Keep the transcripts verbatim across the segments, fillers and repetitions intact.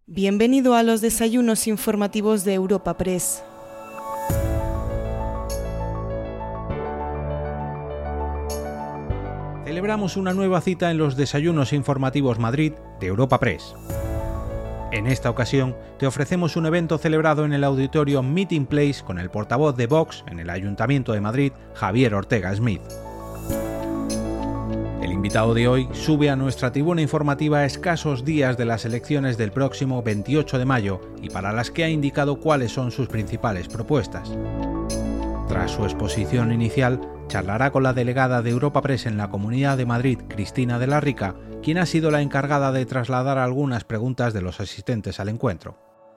Bienvenido a los desayunos informativos de Europa Press. Celebramos una nueva cita en los desayunos informativos Madrid de Europa Press. En esta ocasión te ofrecemos un evento celebrado en el auditorio Meeting Place con el portavoz de Vox en el Ayuntamiento de Madrid, Javier Ortega Smith. El invitado de hoy sube a nuestra tribuna informativa a escasos días de las elecciones del próximo veintiocho de mayo y para las que ha indicado cuáles son sus principales propuestas. Tras su exposición inicial, charlará con la delegada de Europa Press en la Comunidad de Madrid, Cristina de la Rica, quien ha sido la encargada de trasladar algunas preguntas de los asistentes al encuentro.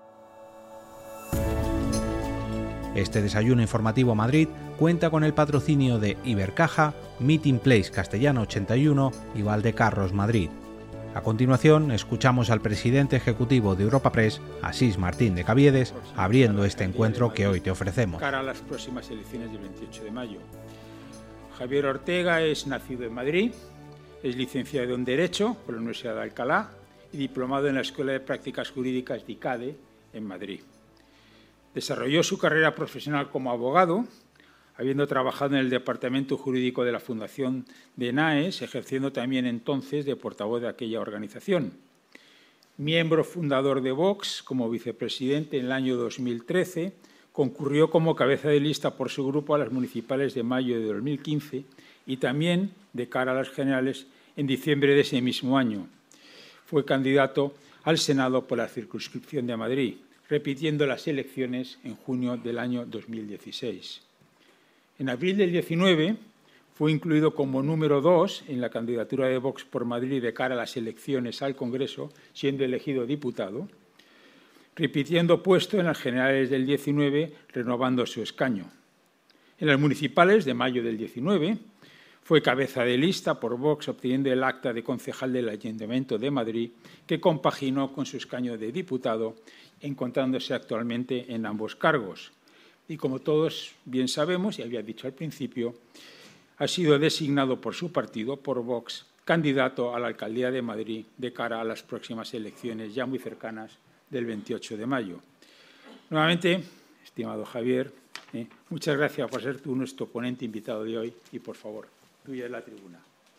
Este desayuno informativo Madrid cuenta con el patrocinio de Ibercaja, Meeting Place Castellana ochenta y uno y Valdecarros Madrid. A continuación, escuchamos al presidente ejecutivo de Europa Press, Asís Martín de Caviedes, abriendo este encuentro que hoy te ofrecemos. Cara a las próximas elecciones del veintiocho de mayo. Javier Ortega es nacido en Madrid, es licenciado en Derecho por la Universidad de Alcalá y diplomado en la Escuela de Prácticas Jurídicas de ICADE en Madrid. Desarrolló su carrera profesional como abogado, habiendo trabajado en el Departamento Jurídico de la Fundación de NAES, ejerciendo también entonces de portavoz de aquella organización. Miembro fundador de Vox, como vicepresidente en el año dos mil trece, concurrió como cabeza de lista por su grupo a las municipales de mayo de dos mil quince y también, de cara a las generales, en diciembre de ese mismo año. Fue candidato al Senado por la circunscripción de Madrid, repitiendo las elecciones en junio del año dos mil dieciséis. En abril del diecinueve fue incluido como número dos en la candidatura de Vox por Madrid de cara a las elecciones al Congreso, siendo elegido diputado, repitiendo puesto en las generales del diecinueve, renovando su escaño. En las municipales de mayo del diecinueve fue cabeza de lista por Vox, obteniendo el acta de concejal del Ayuntamiento de Madrid, que compaginó con su escaño de diputado, encontrándose actualmente en ambos cargos. Y como todos bien sabemos, y había dicho al principio, ha sido designado por su partido, por Vox, candidato a la Alcaldía de Madrid de cara a las próximas elecciones ya muy cercanas del veintiocho de mayo. Nuevamente, estimado Javier, eh, muchas gracias por ser tú nuestro ponente invitado de hoy y, por favor, tuya es la tribuna.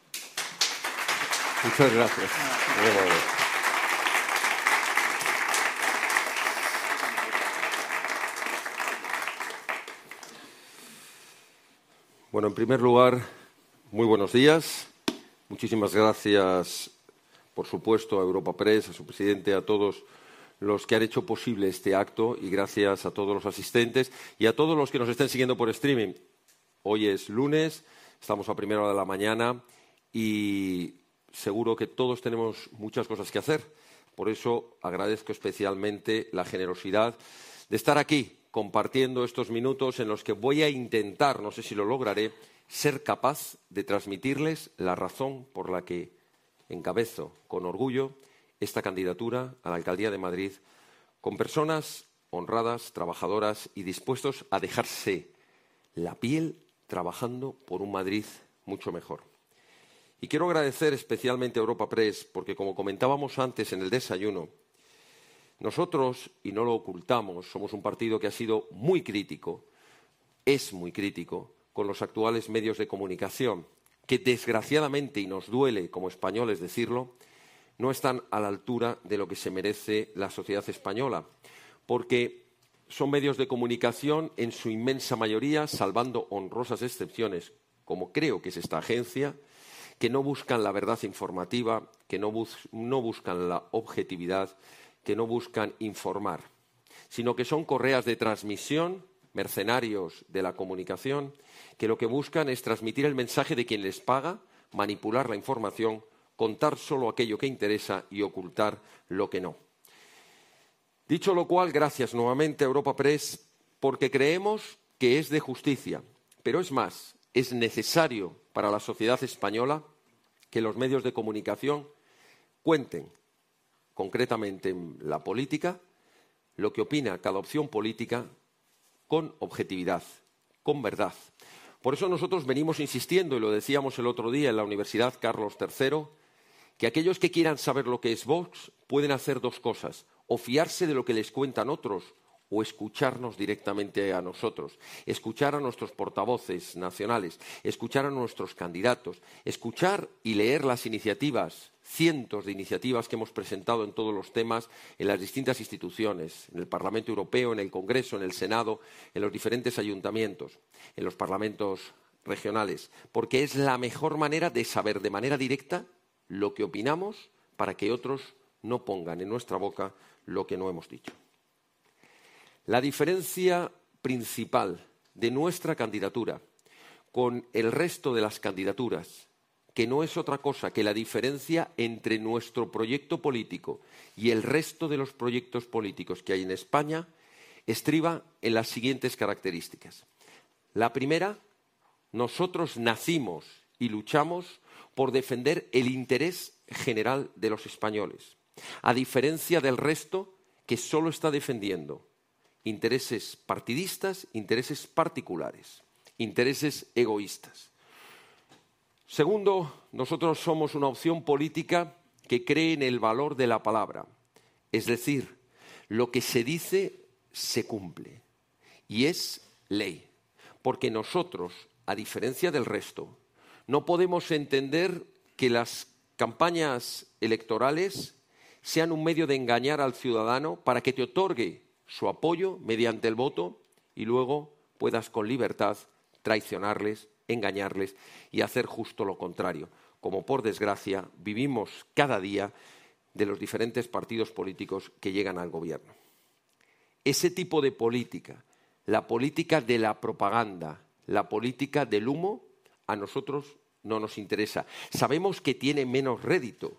Muchas gracias. Bueno, en primer lugar, muy buenos días. Muchísimas gracias, por supuesto, a Europa Press, a su presidente, a todos los que han hecho posible este acto y gracias a todos los asistentes y a todos los que nos estén siguiendo por streaming. Hoy es lunes, estamos a primera hora de la mañana y seguro que todos tenemos muchas cosas que hacer. Por eso agradezco especialmente la generosidad de estar aquí compartiendo estos minutos en los que voy a intentar, no sé si lo lograré, ser capaz de transmitirles la razón por la que encabezo con orgullo esta candidatura a la Alcaldía de Madrid con personas honradas, trabajadoras y dispuestos a dejarse la piel trabajando por un Madrid mucho mejor. Y quiero agradecer especialmente a Europa Press porque, como comentábamos antes en el desayuno, nosotros, y no lo ocultamos, somos un partido que ha sido muy crítico, es muy crítico, con los actuales medios de comunicación, que desgraciadamente, y nos duele como españoles decirlo, no están a la altura de lo que se merece la sociedad española, porque son medios de comunicación en su inmensa mayoría, salvando honrosas excepciones, como creo que es esta agencia, que no buscan la verdad informativa, que no, bus no buscan la objetividad, que no buscan informar, sino que son correas de transmisión, mercenarios de la comunicación, que lo que buscan es transmitir el mensaje de quien les paga, manipular la información, contar solo aquello que interesa y ocultar lo que no. Dicho lo cual, gracias nuevamente a Europa Press, porque creemos que es de justicia, pero es más, es necesario para la sociedad española que los medios de comunicación cuenten concretamente en la política, lo que opina cada opción política con objetividad, con verdad. Por eso nosotros venimos insistiendo, y lo decíamos el otro día en la Universidad Carlos tercero, que aquellos que quieran saber lo que es Vox pueden hacer dos cosas: o fiarse de lo que les cuentan otros o escucharnos directamente a nosotros, escuchar a nuestros portavoces nacionales, escuchar a nuestros candidatos, escuchar y leer las iniciativas, cientos de iniciativas que hemos presentado en todos los temas en las distintas instituciones, en el Parlamento Europeo, en el Congreso, en el Senado, en los diferentes ayuntamientos, en los parlamentos regionales, porque es la mejor manera de saber de manera directa lo que opinamos para que otros no pongan en nuestra boca lo que no hemos dicho. La diferencia principal de nuestra candidatura con el resto de las candidaturas, que no es otra cosa que la diferencia entre nuestro proyecto político y el resto de los proyectos políticos que hay en España, estriba en las siguientes características. La primera, nosotros nacimos y luchamos por defender el interés general de los españoles, a diferencia del resto que solo está defendiendo intereses partidistas, intereses particulares, intereses egoístas. Segundo, nosotros somos una opción política que cree en el valor de la palabra, es decir, lo que se dice se cumple y es ley, porque nosotros, a diferencia del resto, no podemos entender que las campañas electorales sean un medio de engañar al ciudadano para que te otorgue su apoyo mediante el voto y luego puedas con libertad traicionarles, engañarles y hacer justo lo contrario, como por desgracia vivimos cada día de los diferentes partidos políticos que llegan al gobierno. Ese tipo de política, la política de la propaganda, la política del humo, a nosotros no nos interesa. Sabemos que tiene menos rédito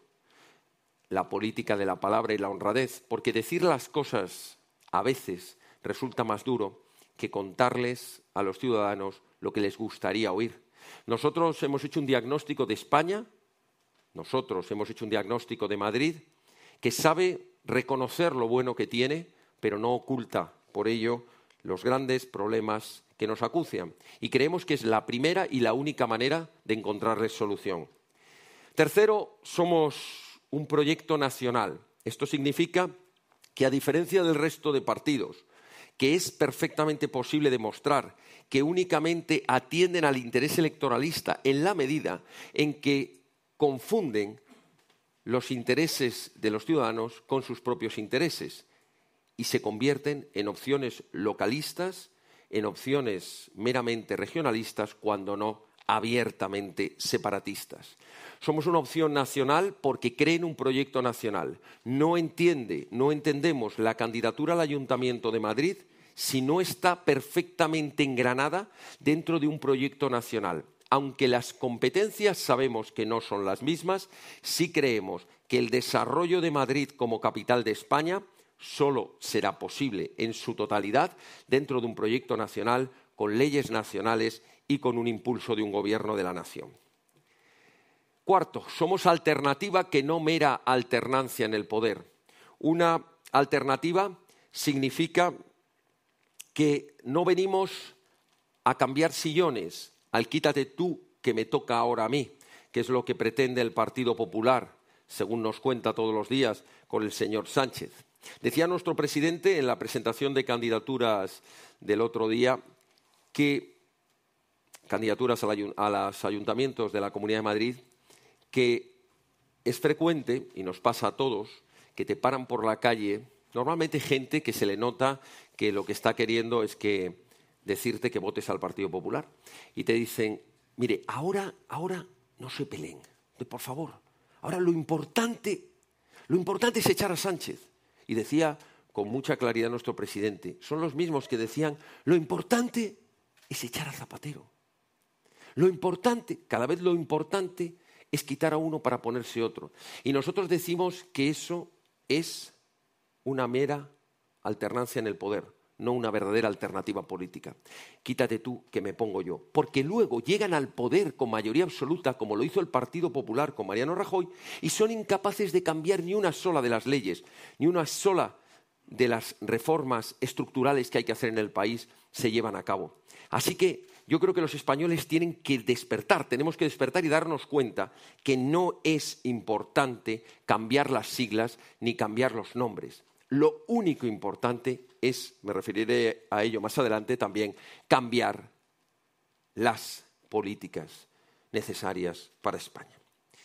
la política de la palabra y la honradez, porque decir las cosas a veces resulta más duro que contarles a los ciudadanos lo que les gustaría oír. Nosotros hemos hecho un diagnóstico de España, nosotros hemos hecho un diagnóstico de Madrid, que sabe reconocer lo bueno que tiene, pero no oculta por ello los grandes problemas que nos acucian. Y creemos que es la primera y la única manera de encontrarles solución. Tercero, somos un proyecto nacional. Esto significa que, a diferencia del resto de partidos, que es perfectamente posible demostrar que únicamente atienden al interés electoralista en la medida en que confunden los intereses de los ciudadanos con sus propios intereses y se convierten en opciones localistas, en opciones meramente regionalistas, cuando no abiertamente separatistas. Somos una opción nacional porque cree en un proyecto nacional. No entiende, no entendemos la candidatura al Ayuntamiento de Madrid si no está perfectamente engranada dentro de un proyecto nacional. Aunque las competencias sabemos que no son las mismas, sí creemos que el desarrollo de Madrid como capital de España solo será posible en su totalidad dentro de un proyecto nacional, con leyes nacionales y con un impulso de un gobierno de la nación. Cuarto, somos alternativa que no mera alternancia en el poder. Una alternativa significa que no venimos a cambiar sillones, al quítate tú que me toca ahora a mí, que es lo que pretende el Partido Popular, según nos cuenta todos los días con el señor Sánchez. Decía nuestro presidente en la presentación de candidaturas del otro día que candidaturas a los ayuntamientos de la Comunidad de Madrid, que es frecuente, y nos pasa a todos, que te paran por la calle, normalmente gente que se le nota que lo que está queriendo es que decirte que votes al Partido Popular. Y te dicen, mire, ahora, ahora no se peleen, por favor. Ahora lo importante, lo importante es echar a Sánchez. Y decía con mucha claridad nuestro presidente, son los mismos que decían, lo importante es echar a Zapatero. Lo importante, cada vez lo importante es quitar a uno para ponerse otro. Y nosotros decimos que eso es una mera alternancia en el poder, no una verdadera alternativa política. Quítate tú que me pongo yo. Porque luego llegan al poder con mayoría absoluta, como lo hizo el Partido Popular con Mariano Rajoy, y son incapaces de cambiar ni una sola de las leyes, ni una sola de las reformas estructurales que hay que hacer en el país se llevan a cabo. Así que yo creo que los españoles tienen que despertar, tenemos que despertar y darnos cuenta que no es importante cambiar las siglas ni cambiar los nombres. Lo único importante es, me referiré a ello más adelante también, cambiar las políticas necesarias para España.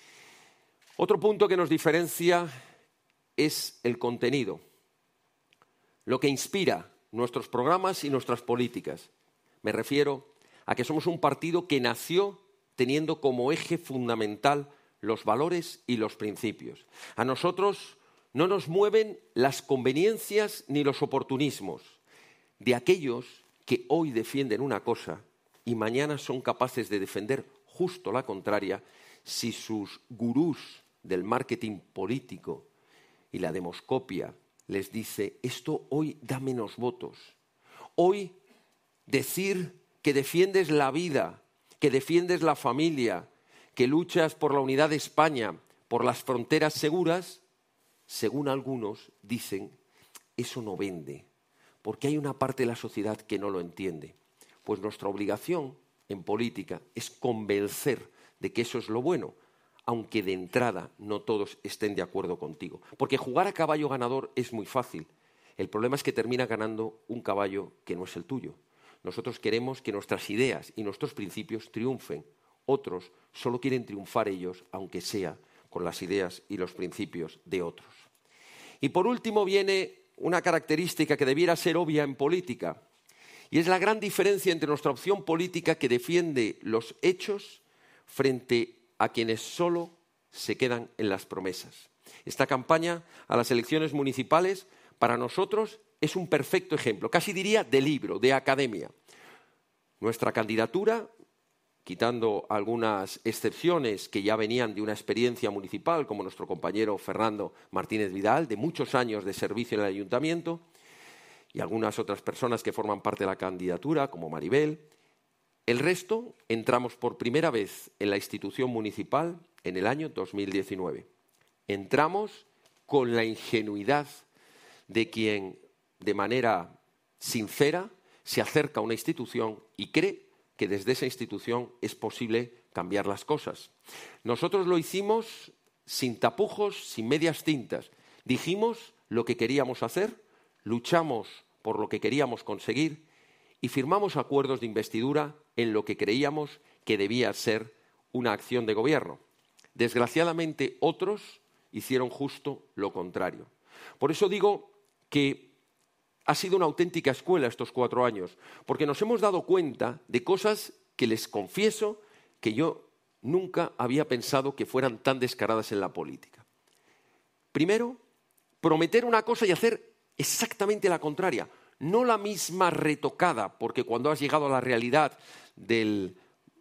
Otro punto que nos diferencia es el contenido, lo que inspira nuestros programas y nuestras políticas. Me refiero a que somos un partido que nació teniendo como eje fundamental los valores y los principios. A nosotros no nos mueven las conveniencias ni los oportunismos de aquellos que hoy defienden una cosa y mañana son capaces de defender justo la contraria si sus gurús del marketing político y la demoscopia les dice esto hoy da menos votos. Hoy decir que defiendes la vida, que defiendes la familia, que luchas por la unidad de España, por las fronteras seguras, según algunos dicen, eso no vende, porque hay una parte de la sociedad que no lo entiende. Pues nuestra obligación en política es convencer de que eso es lo bueno, aunque de entrada no todos estén de acuerdo contigo. Porque jugar a caballo ganador es muy fácil. El problema es que termina ganando un caballo que no es el tuyo. Nosotros queremos que nuestras ideas y nuestros principios triunfen. Otros solo quieren triunfar ellos, aunque sea con las ideas y los principios de otros. Y por último viene una característica que debiera ser obvia en política, y es la gran diferencia entre nuestra opción política que defiende los hechos frente a quienes solo se quedan en las promesas. Esta campaña a las elecciones municipales para nosotros es un perfecto ejemplo, casi diría de libro, de academia. Nuestra candidatura, quitando algunas excepciones que ya venían de una experiencia municipal, como nuestro compañero Fernando Martínez Vidal, de muchos años de servicio en el ayuntamiento, y algunas otras personas que forman parte de la candidatura, como Maribel. El resto entramos por primera vez en la institución municipal en el año dos mil diecinueve. Entramos con la ingenuidad de quien, de manera sincera, se acerca a una institución y cree que desde esa institución es posible cambiar las cosas. Nosotros lo hicimos sin tapujos, sin medias tintas. Dijimos lo que queríamos hacer, luchamos por lo que queríamos conseguir y firmamos acuerdos de investidura en lo que creíamos que debía ser una acción de gobierno. Desgraciadamente, otros hicieron justo lo contrario. Por eso digo que ha sido una auténtica escuela estos cuatro años, porque nos hemos dado cuenta de cosas que les confieso que yo nunca había pensado que fueran tan descaradas en la política. Primero, prometer una cosa y hacer exactamente la contraria, no la misma retocada, porque cuando has llegado a la realidad del,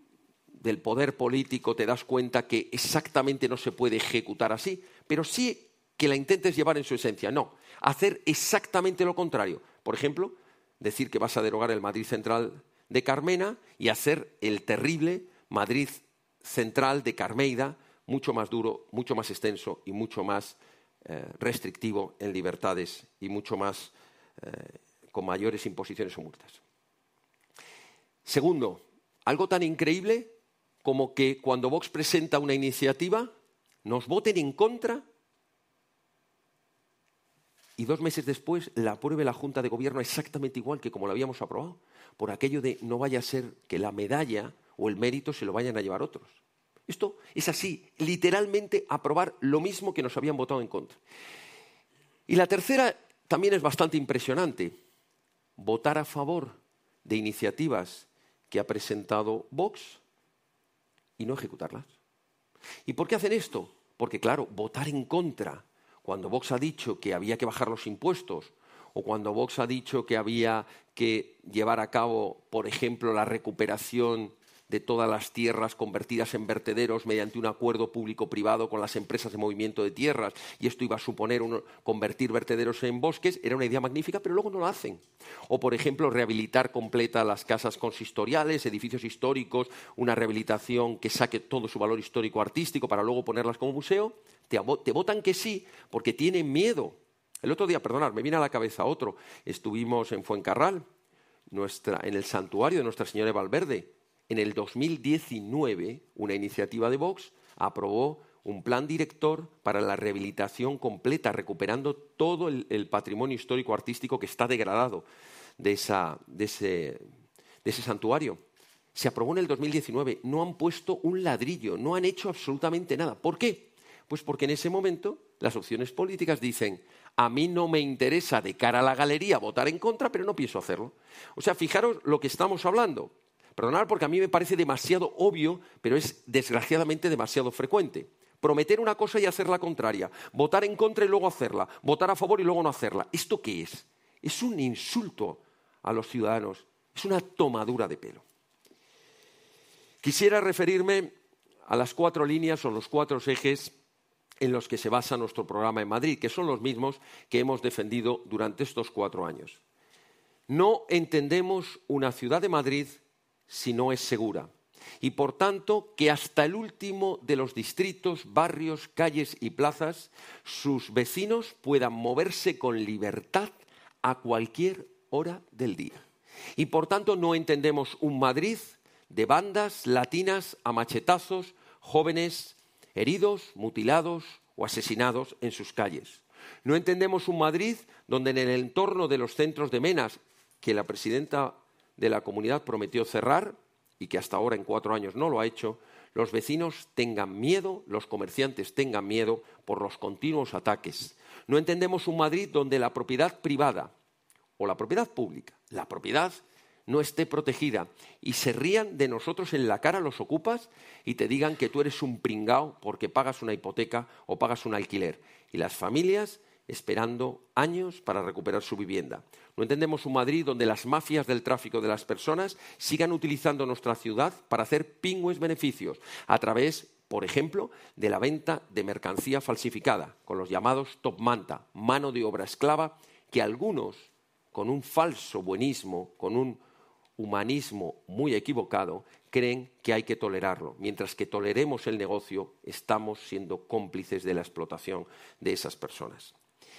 del poder político te das cuenta que exactamente no se puede ejecutar así, pero sí que la intentes llevar en su esencia. No, hacer exactamente lo contrario. Por ejemplo, decir que vas a derogar el Madrid Central de Carmena y hacer el terrible Madrid Central de Carmeida, mucho más duro, mucho más extenso y mucho más eh, restrictivo en libertades y mucho más eh, con mayores imposiciones o multas. Segundo, algo tan increíble como que cuando Vox presenta una iniciativa nos voten en contra y dos meses después la apruebe la Junta de Gobierno exactamente igual que como la habíamos aprobado, por aquello de no vaya a ser que la medalla o el mérito se lo vayan a llevar otros. Esto es así, literalmente aprobar lo mismo que nos habían votado en contra. Y la tercera también es bastante impresionante, votar a favor de iniciativas que ha presentado Vox y no ejecutarlas. ¿Y por qué hacen esto? Porque, claro, votar en contra cuando Vox ha dicho que había que bajar los impuestos o cuando Vox ha dicho que había que llevar a cabo, por ejemplo, la recuperación de todas las tierras convertidas en vertederos mediante un acuerdo público-privado con las empresas de movimiento de tierras, y esto iba a suponer un, convertir vertederos en bosques, era una idea magnífica, pero luego no lo hacen. O, por ejemplo, rehabilitar completa las casas consistoriales, edificios históricos, una rehabilitación que saque todo su valor histórico-artístico para luego ponerlas como museo. Te, te votan que sí porque tienen miedo. El otro día, perdonad, me viene a la cabeza otro, estuvimos en Fuencarral. nuestra, en el santuario de Nuestra Señora de Valverde. En el dos mil diecinueve, una iniciativa de Vox aprobó un plan director para la rehabilitación completa, recuperando todo el, el patrimonio histórico-artístico que está degradado de, esa, de, ese, de ese santuario. Se aprobó en el dos mil diecinueve, no han puesto un ladrillo, no han hecho absolutamente nada. ¿Por qué? Pues porque en ese momento las opciones políticas dicen: a mí no me interesa de cara a la galería votar en contra, pero no pienso hacerlo. O sea, fijaros lo que estamos hablando. Perdonad porque a mí me parece demasiado obvio, pero es desgraciadamente demasiado frecuente. Prometer una cosa y hacer la contraria, votar en contra y luego hacerla, votar a favor y luego no hacerla. ¿Esto qué es? Es un insulto a los ciudadanos, es una tomadura de pelo. Quisiera referirme a las cuatro líneas o los cuatro ejes en los que se basa nuestro programa en Madrid, que son los mismos que hemos defendido durante estos cuatro años. No entendemos una ciudad de Madrid si no es segura. Y, por tanto, que hasta el último de los distritos, barrios, calles y plazas, sus vecinos puedan moverse con libertad a cualquier hora del día. Y, por tanto, no entendemos un Madrid de bandas latinas a machetazos, jóvenes heridos, mutilados o asesinados en sus calles. No entendemos un Madrid donde en el entorno de los centros de menas, que la presidenta de la comunidad prometió cerrar, y que hasta ahora en cuatro años no lo ha hecho, los vecinos tengan miedo, los comerciantes tengan miedo por los continuos ataques. No entendemos un Madrid donde la propiedad privada o la propiedad pública, la propiedad no esté protegida y se rían de nosotros en la cara los ocupas y te digan que tú eres un pringao porque pagas una hipoteca o pagas un alquiler. Y las familias esperando años para recuperar su vivienda. No entendemos un Madrid donde las mafias del tráfico de las personas sigan utilizando nuestra ciudad para hacer pingües beneficios a través, por ejemplo, de la venta de mercancía falsificada, con los llamados top manta, mano de obra esclava, que algunos, con un falso buenismo, con un humanismo muy equivocado, creen que hay que tolerarlo. Mientras que toleremos el negocio, estamos siendo cómplices de la explotación de esas personas.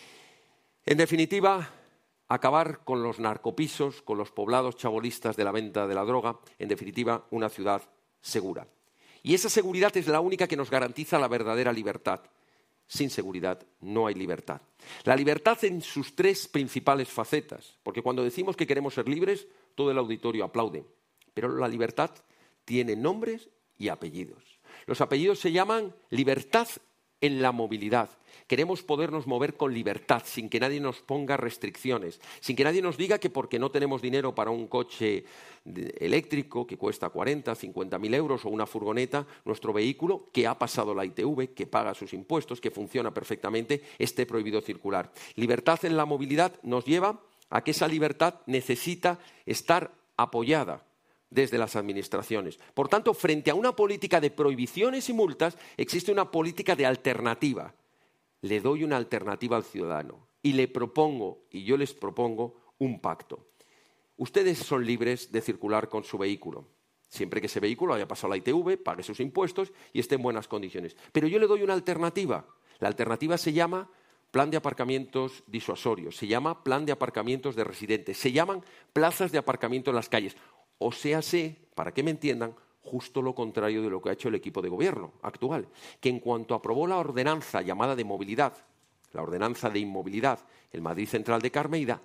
En definitiva, acabar con los narcopisos, con los poblados chabolistas de la venta de la droga, en definitiva, una ciudad segura. Y esa seguridad es la única que nos garantiza la verdadera libertad. Sin seguridad no hay libertad. La libertad en sus tres principales facetas, porque cuando decimos que queremos ser libres, todo el auditorio aplaude. Pero la libertad tiene nombres y apellidos. Los apellidos se llaman libertad en la movilidad. Queremos podernos mover con libertad, sin que nadie nos ponga restricciones, sin que nadie nos diga que porque no tenemos dinero para un coche eléctrico que cuesta cuarenta, cincuenta mil euros o una furgoneta, nuestro vehículo, que ha pasado la I T V, que paga sus impuestos, que funciona perfectamente, esté prohibido circular. Libertad en la movilidad nos lleva a que esa libertad necesita estar apoyada desde las administraciones. Por tanto, frente a una política de prohibiciones y multas, existe una política de alternativa. Le doy una alternativa al ciudadano y le propongo, y yo les propongo, un pacto. Ustedes son libres de circular con su vehículo, siempre que ese vehículo haya pasado la I T V, pague sus impuestos y esté en buenas condiciones. Pero yo le doy una alternativa. La alternativa se llama plan de aparcamientos disuasorios, se llama plan de aparcamientos de residentes, se llaman plazas de aparcamiento en las calles. O sea, sé, para que me entiendan, justo lo contrario de lo que ha hecho el equipo de gobierno actual, que en cuanto aprobó la ordenanza llamada de movilidad, la ordenanza de inmovilidad, el Madrid Central de Carmeida,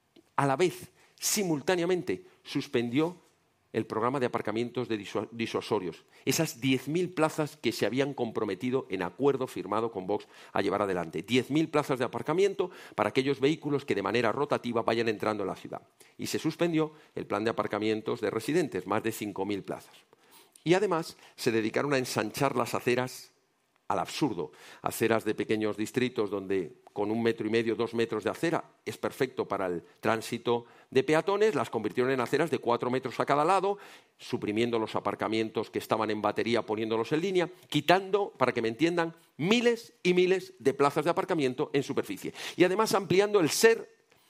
a la vez, simultáneamente, suspendió el programa de aparcamientos de disuasorios, esas diez mil plazas que se habían comprometido en acuerdo firmado con Vox a llevar adelante. diez mil plazas de aparcamiento para aquellos vehículos que de manera rotativa vayan entrando en la ciudad. Y se suspendió el plan de aparcamientos de residentes, más de cinco mil plazas. Y además se dedicaron a ensanchar las aceras al absurdo. Aceras de pequeños distritos donde con un metro y medio, dos metros de acera es perfecto para el tránsito de peatones, las convirtieron en aceras de cuatro metros a cada lado, suprimiendo los aparcamientos que estaban en batería, poniéndolos en línea, quitando, para que me entiendan, miles y miles de plazas de aparcamiento en superficie. Y además ampliando el SER,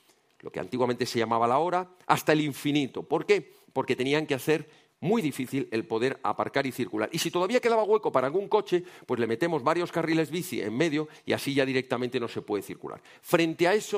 lo que antiguamente se llamaba la hora, hasta el infinito. ¿Por qué? Porque tenían que hacer muy difícil el poder aparcar y circular. Y si todavía quedaba hueco para algún coche, pues le metemos varios carriles bici en medio y así ya directamente no se puede circular. Frente a eso,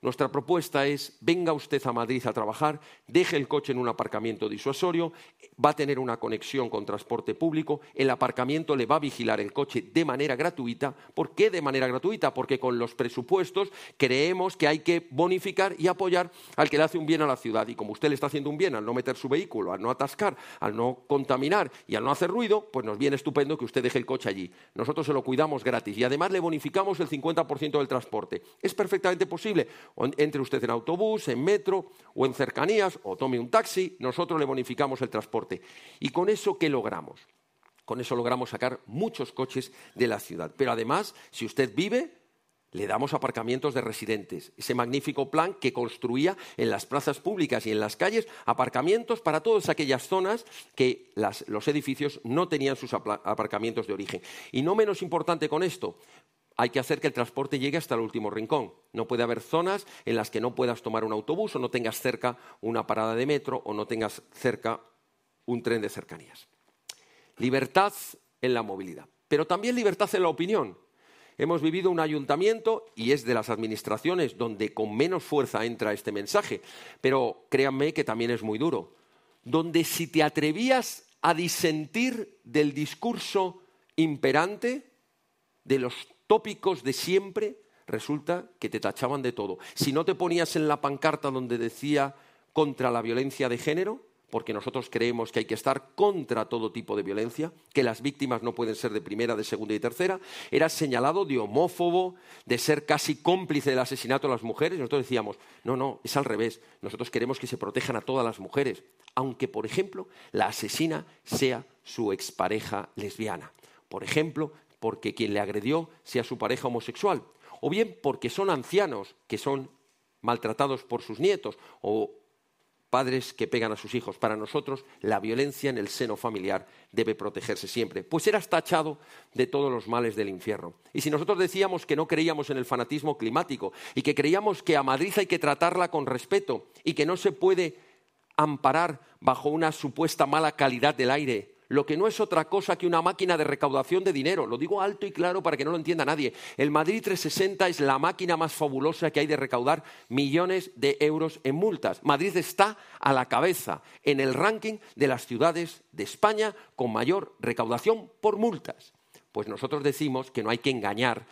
Nuestra propuesta es, venga usted a Madrid a trabajar, deje el coche en un aparcamiento disuasorio, va a tener una conexión con transporte público, el aparcamiento le va a vigilar el coche de manera gratuita. ¿Por qué de manera gratuita? Porque con los presupuestos creemos que hay que bonificar y apoyar al que le hace un bien a la ciudad. Y como usted le está haciendo un bien al no meter su vehículo, al no atascar, al no contaminar y al no hacer ruido, pues nos viene estupendo que usted deje el coche allí. Nosotros se lo cuidamos gratis y además le bonificamos el cincuenta por ciento del transporte. Es perfectamente posible. Entre usted en autobús, en metro o en cercanías o tome un taxi, nosotros le bonificamos el transporte. ¿Y con eso qué logramos? Con eso logramos sacar muchos coches de la ciudad. Pero además, si usted vive, le damos aparcamientos de residentes. Ese magnífico plan que construía en las plazas públicas y en las calles aparcamientos para todas aquellas zonas que las, los edificios no tenían sus aparcamientos de origen. Y no menos importante con esto, hay que hacer que el transporte llegue hasta el último rincón. No puede haber zonas en las que no puedas tomar un autobús o no tengas cerca una parada de metro o no tengas cerca un tren de cercanías. Libertad en la movilidad, pero también libertad en la opinión. Hemos vivido un ayuntamiento y es de las administraciones donde con menos fuerza entra este mensaje, pero créanme que también es muy duro, donde si te atrevías a disentir del discurso imperante, de los tópicos de siempre, resulta que te tachaban de todo. Si no te ponías en la pancarta donde decía contra la violencia de género, porque nosotros creemos que hay que estar contra todo tipo de violencia, que las víctimas no pueden ser de primera, de segunda y tercera, eras señalado de homófobo, de ser casi cómplice del asesinato de las mujeres. Nosotros decíamos, no, no, es al revés. Nosotros queremos que se protejan a todas las mujeres, aunque, por ejemplo, la asesina sea su expareja lesbiana. Por ejemplo, porque quien le agredió sea su pareja homosexual, o bien porque son ancianos que son maltratados por sus nietos, o padres que pegan a sus hijos. Para nosotros, la violencia en el seno familiar debe protegerse siempre, pues eras tachado de todos los males del infierno. Y si nosotros decíamos que no creíamos en el fanatismo climático y que creíamos que a Madrid hay que tratarla con respeto y que no se puede amparar bajo una supuesta mala calidad del aire, lo que no es otra cosa que una máquina de recaudación de dinero. Lo digo alto y claro para que no lo entienda nadie. El Madrid trescientos sesenta es la máquina más fabulosa que hay de recaudar millones de euros en multas. Madrid está a la cabeza en el ranking de las ciudades de España con mayor recaudación por multas. Pues nosotros decimos que no hay que engañar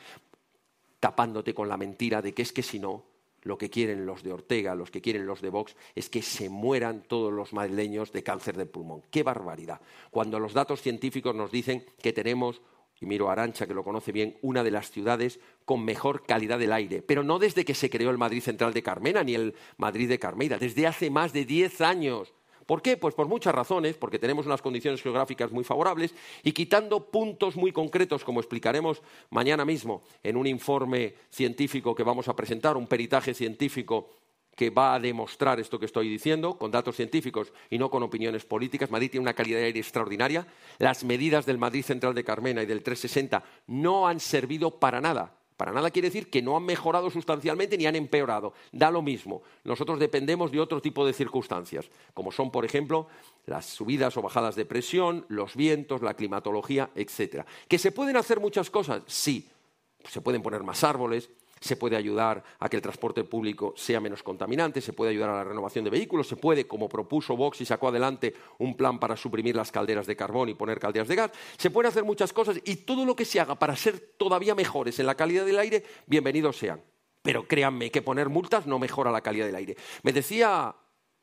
tapándote con la mentira de que es que si no, lo que quieren los de Ortega, los que quieren los de Vox, es que se mueran todos los madrileños de cáncer de pulmón. ¡Qué barbaridad! Cuando los datos científicos nos dicen que tenemos, y miro a Arantxa, que lo conoce bien, una de las ciudades con mejor calidad del aire. Pero no desde que se creó el Madrid Central de Carmena, ni el Madrid de Carmeida, desde hace más de diez años. ¿Por qué? Pues por muchas razones, porque tenemos unas condiciones geográficas muy favorables y quitando puntos muy concretos, como explicaremos mañana mismo en un informe científico que vamos a presentar, un peritaje científico que va a demostrar esto que estoy diciendo, con datos científicos y no con opiniones políticas. Madrid tiene una calidad de aire extraordinaria. Las medidas del Madrid Central de Carmena y del trescientos sesenta no han servido para nada. Para nada quiere decir que no han mejorado sustancialmente ni han empeorado. Da lo mismo. Nosotros dependemos de otro tipo de circunstancias, como son, por ejemplo, las subidas o bajadas de presión, los vientos, la climatología, etcétera. ¿Que se pueden hacer muchas cosas? Sí. Se pueden poner más árboles, se puede ayudar a que el transporte público sea menos contaminante, se puede ayudar a la renovación de vehículos, se puede, como propuso Vox y sacó adelante un plan para suprimir las calderas de carbón y poner calderas de gas. Se pueden hacer muchas cosas y todo lo que se haga para ser todavía mejores en la calidad del aire, bienvenidos sean. Pero créanme que poner multas no mejora la calidad del aire. Me decía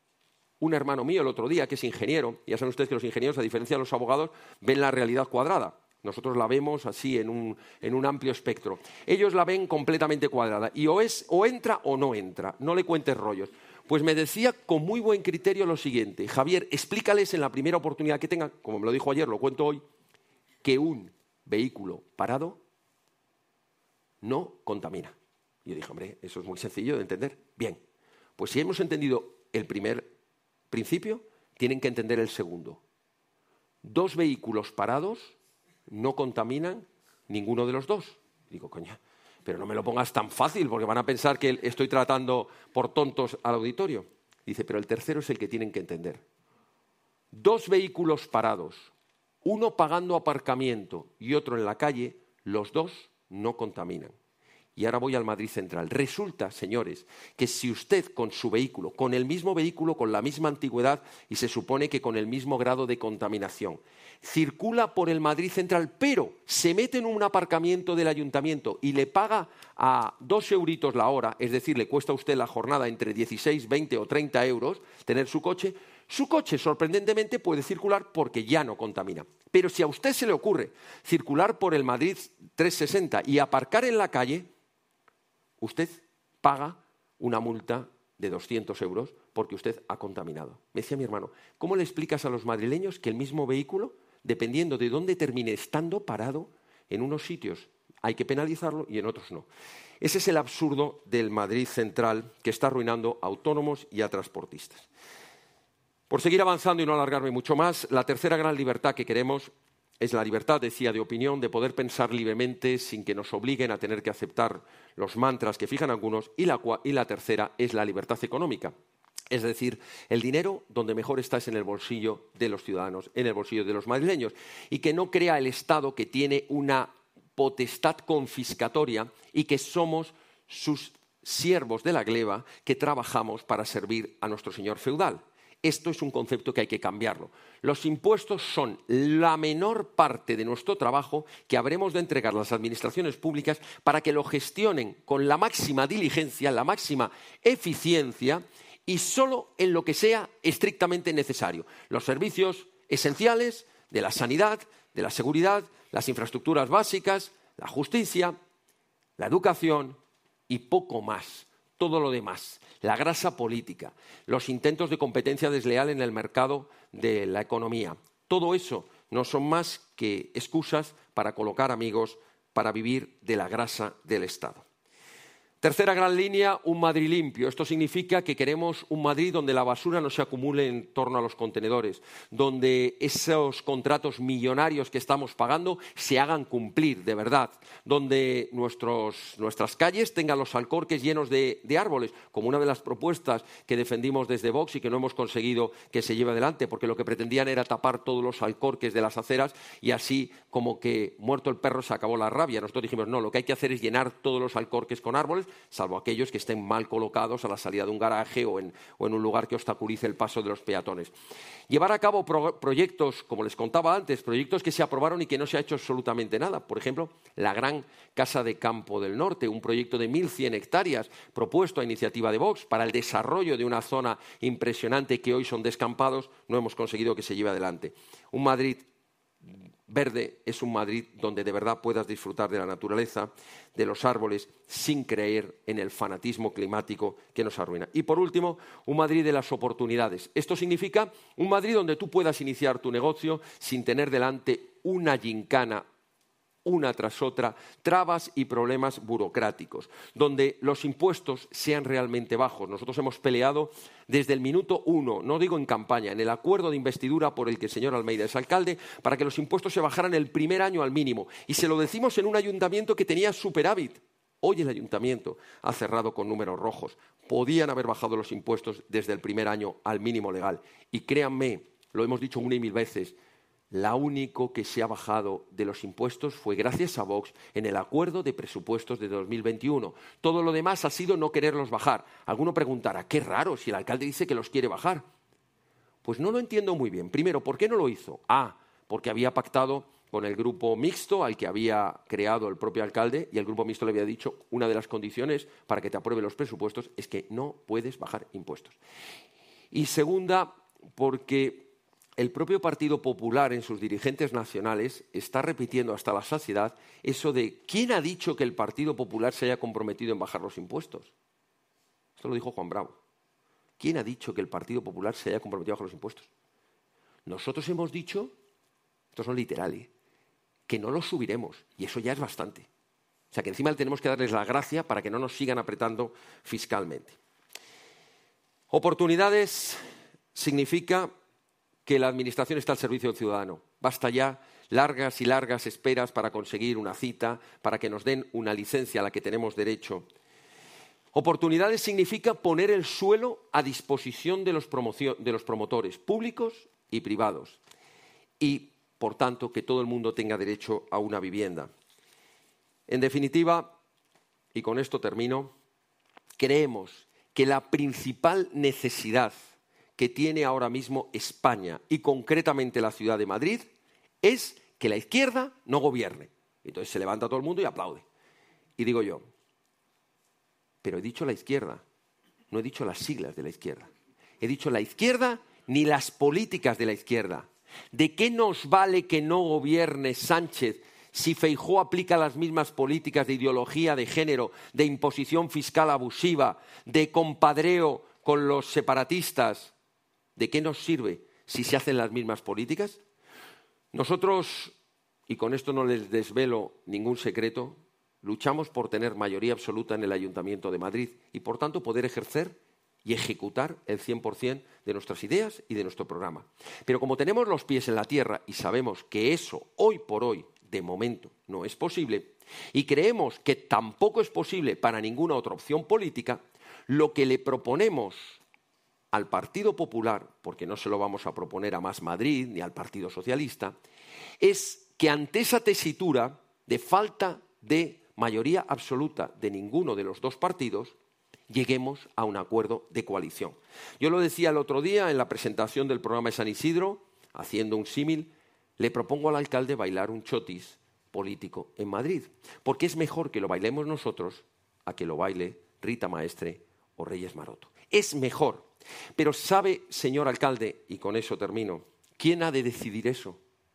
un hermano mío el otro día, que es ingeniero, y ya saben ustedes que los ingenieros, a diferencia de los abogados, ven la realidad cuadrada. Nosotros la vemos así en un, en un amplio espectro. Ellos la ven completamente cuadrada y o, es, o entra o no entra. No le cuentes rollos. Pues me decía con muy buen criterio lo siguiente: Javier, explícales en la primera oportunidad que tengan, como me lo dijo ayer, lo cuento hoy, que un vehículo parado no contamina. Y yo dije, hombre, eso es muy sencillo de entender. Bien, pues si hemos entendido el primer principio, tienen que entender el segundo. Dos vehículos parados no contaminan ninguno de los dos. Digo, coña, pero no me lo pongas tan fácil porque van a pensar que estoy tratando por tontos al auditorio. Dice, pero el tercero es el que tienen que entender. Dos vehículos parados, uno pagando aparcamiento y otro en la calle, los dos no contaminan. Y ahora voy al Madrid Central. Resulta, señores, que si usted con su vehículo, con el mismo vehículo, con la misma antigüedad y se supone que con el mismo grado de contaminación, circula por el Madrid Central, pero se mete en un aparcamiento del ayuntamiento y le paga a dos euritos la hora, es decir, le cuesta a usted la jornada entre dieciséis, veinte o treinta euros tener su coche, su coche sorprendentemente puede circular porque ya no contamina. Pero si a usted se le ocurre circular por el Madrid trescientos sesenta y aparcar en la calle, usted paga una multa de doscientos euros porque usted ha contaminado. Me decía mi hermano, ¿cómo le explicas a los madrileños que el mismo vehículo, dependiendo de dónde termine estando parado, en unos sitios hay que penalizarlo y en otros no? Ese es el absurdo del Madrid Central que está arruinando a autónomos y a transportistas. Por seguir avanzando y no alargarme mucho más, la tercera gran libertad que queremos es la libertad, decía, de opinión, de poder pensar libremente sin que nos obliguen a tener que aceptar los mantras que fijan algunos, y la, y la tercera es la libertad económica. Es decir, el dinero donde mejor está es en el bolsillo de los ciudadanos, en el bolsillo de los madrileños, y que no crea el Estado que tiene una potestad confiscatoria y que somos sus siervos de la gleba que trabajamos para servir a nuestro señor feudal. Esto es un concepto que hay que cambiarlo. Los impuestos son la menor parte de nuestro trabajo que habremos de entregar a las administraciones públicas para que lo gestionen con la máxima diligencia, la máxima eficiencia y solo en lo que sea estrictamente necesario. Los servicios esenciales de la sanidad, de la seguridad, las infraestructuras básicas, la justicia, la educación y poco más. Todo lo demás, la grasa política, los intentos de competencia desleal en el mercado de la economía, todo eso no son más que excusas para colocar amigos para vivir de la grasa del Estado. Tercera gran línea, un Madrid limpio. Esto significa que queremos un Madrid donde la basura no se acumule en torno a los contenedores, donde esos contratos millonarios que estamos pagando se hagan cumplir de verdad, donde nuestros, nuestras calles tengan los alcorques llenos de, de árboles, como una de las propuestas que defendimos desde Vox y que no hemos conseguido que se lleve adelante, porque lo que pretendían era tapar todos los alcorques de las aceras y así como que muerto el perro se acabó la rabia. Nosotros dijimos, no, lo que hay que hacer es llenar todos los alcorques con árboles, salvo aquellos que estén mal colocados a la salida de un garaje o en, o en un lugar que obstaculice el paso de los peatones. Llevar a cabo pro, proyectos, como les contaba antes, proyectos que se aprobaron y que no se ha hecho absolutamente nada. Por ejemplo, la Gran Casa de Campo del Norte, un proyecto de mil cien hectáreas propuesto a iniciativa de Vox para el desarrollo de una zona impresionante que hoy son descampados, no hemos conseguido que se lleve adelante. Un Madrid verde es un Madrid donde de verdad puedas disfrutar de la naturaleza, de los árboles, sin creer en el fanatismo climático que nos arruina. Y por último, un Madrid de las oportunidades. Esto significa un Madrid donde tú puedas iniciar tu negocio sin tener delante una gincana una tras otra, trabas y problemas burocráticos, donde los impuestos sean realmente bajos. Nosotros hemos peleado desde el minuto uno, no digo en campaña, en el acuerdo de investidura por el que el señor Almeida es alcalde, para que los impuestos se bajaran el primer año al mínimo. Y se lo decimos en un ayuntamiento que tenía superávit. Hoy el ayuntamiento ha cerrado con números rojos. Podían haber bajado los impuestos desde el primer año al mínimo legal. Y créanme, lo hemos dicho una y mil veces, la único que se ha bajado de los impuestos fue gracias a Vox en el acuerdo de presupuestos de dos mil veintiuno. Todo lo demás ha sido no quererlos bajar. Alguno preguntará, qué raro si el alcalde dice que los quiere bajar. Pues no lo entiendo muy bien. Primero, ¿por qué no lo hizo? Ah, porque había pactado con el grupo mixto al que había creado el propio alcalde y el grupo mixto le había dicho una de las condiciones para que te apruebe los presupuestos es que no puedes bajar impuestos. Y segunda, porque el propio Partido Popular en sus dirigentes nacionales está repitiendo hasta la saciedad eso de ¿quién ha dicho que el Partido Popular se haya comprometido en bajar los impuestos? Esto lo dijo Juan Bravo. ¿Quién ha dicho que el Partido Popular se haya comprometido a bajar los impuestos? Nosotros hemos dicho, estos son literales, que no los subiremos y eso ya es bastante. O sea que encima tenemos que darles la gracia para que no nos sigan apretando fiscalmente. Oportunidades significa que la administración está al servicio del ciudadano. Basta ya largas y largas esperas para conseguir una cita, para que nos den una licencia a la que tenemos derecho. Oportunidades significa poner el suelo a disposición de los, de los promotores públicos y privados y, por tanto, que todo el mundo tenga derecho a una vivienda. En definitiva, y con esto termino, creemos que la principal necesidad que tiene ahora mismo España y concretamente la ciudad de Madrid es que la izquierda no gobierne. Entonces se levanta todo el mundo y aplaude. Y digo yo, pero he dicho la izquierda, no he dicho las siglas de la izquierda. He dicho la izquierda ni las políticas de la izquierda. ¿De qué nos vale que no gobierne Sánchez si Feijóo aplica las mismas políticas de ideología de género, de imposición fiscal abusiva, de compadreo con los separatistas? ¿De qué nos sirve si se hacen las mismas políticas? Nosotros, y con esto no les desvelo ningún secreto, luchamos por tener mayoría absoluta en el Ayuntamiento de Madrid y, por tanto, poder ejercer y ejecutar el cien por cien de nuestras ideas y de nuestro programa. Pero como tenemos los pies en la tierra y sabemos que eso, hoy por hoy, de momento, no es posible, y creemos que tampoco es posible para ninguna otra opción política, lo que le proponemos al Partido Popular, porque no se lo vamos a proponer a Más Madrid ni al Partido Socialista, es que ante esa tesitura de falta de mayoría absoluta de ninguno de los dos partidos, lleguemos a un acuerdo de coalición. Yo lo decía el otro día en la presentación del programa de San Isidro, haciendo un símil, le propongo al alcalde bailar un chotis político en Madrid, porque es mejor que lo bailemos nosotros a que lo baile Rita Maestre o Reyes Maroto. Es mejor. Pero sabe, señor alcalde, y con eso termino, ¿quién ha de decidir eso?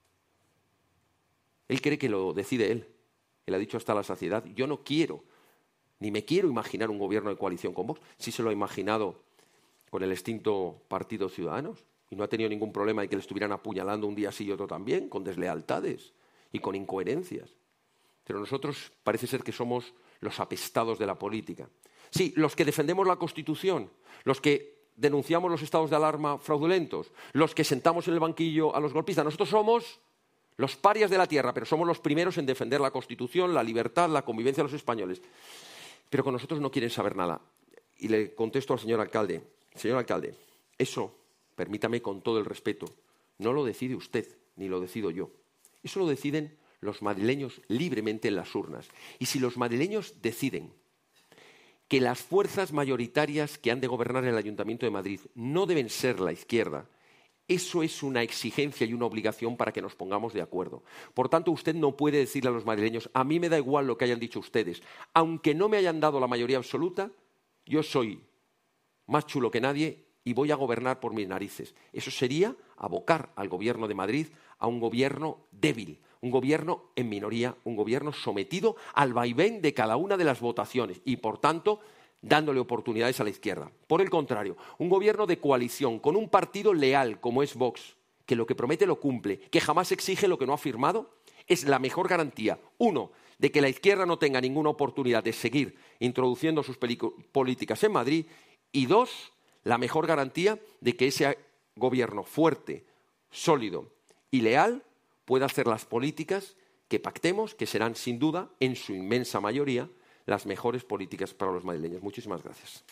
Él cree que lo decide él. Él ha dicho hasta la saciedad, yo no quiero, ni me quiero imaginar un gobierno de coalición con Vox. Sí se lo ha imaginado con el extinto Partido Ciudadanos y no ha tenido ningún problema de que le estuvieran apuñalando un día sí y otro también, con deslealtades y con incoherencias. Pero nosotros parece ser que somos los apestados de la política. Sí, los que defendemos la Constitución, los que denunciamos los estados de alarma fraudulentos, los que sentamos en el banquillo a los golpistas. Nosotros somos los parias de la tierra, pero somos los primeros en defender la Constitución, la libertad, la convivencia de los españoles. Pero con nosotros no quieren saber nada. Y le contesto al señor alcalde, señor alcalde, eso, permítame con todo el respeto, no lo decide usted, ni lo decido yo. Eso lo deciden los madrileños libremente en las urnas. Y si los madrileños deciden que las fuerzas mayoritarias que han de gobernar el Ayuntamiento de Madrid no deben ser la izquierda, eso es una exigencia y una obligación para que nos pongamos de acuerdo. Por tanto, usted no puede decirle a los madrileños, a mí me da igual lo que hayan dicho ustedes. Aunque no me hayan dado la mayoría absoluta, yo soy más chulo que nadie y voy a gobernar por mis narices. Eso sería abocar al Gobierno de Madrid a un gobierno débil, un gobierno en minoría, un gobierno sometido al vaivén de cada una de las votaciones y, por tanto, dándole oportunidades a la izquierda. Por el contrario, un gobierno de coalición con un partido leal como es Vox, que lo que promete lo cumple, que jamás exige lo que no ha firmado, es la mejor garantía, uno, de que la izquierda no tenga ninguna oportunidad de seguir introduciendo sus políticas en Madrid, y dos, la mejor garantía de que ese gobierno fuerte, sólido y leal pueda hacer las políticas que pactemos, que serán sin duda, en su inmensa mayoría, las mejores políticas para los madrileños. Muchísimas gracias.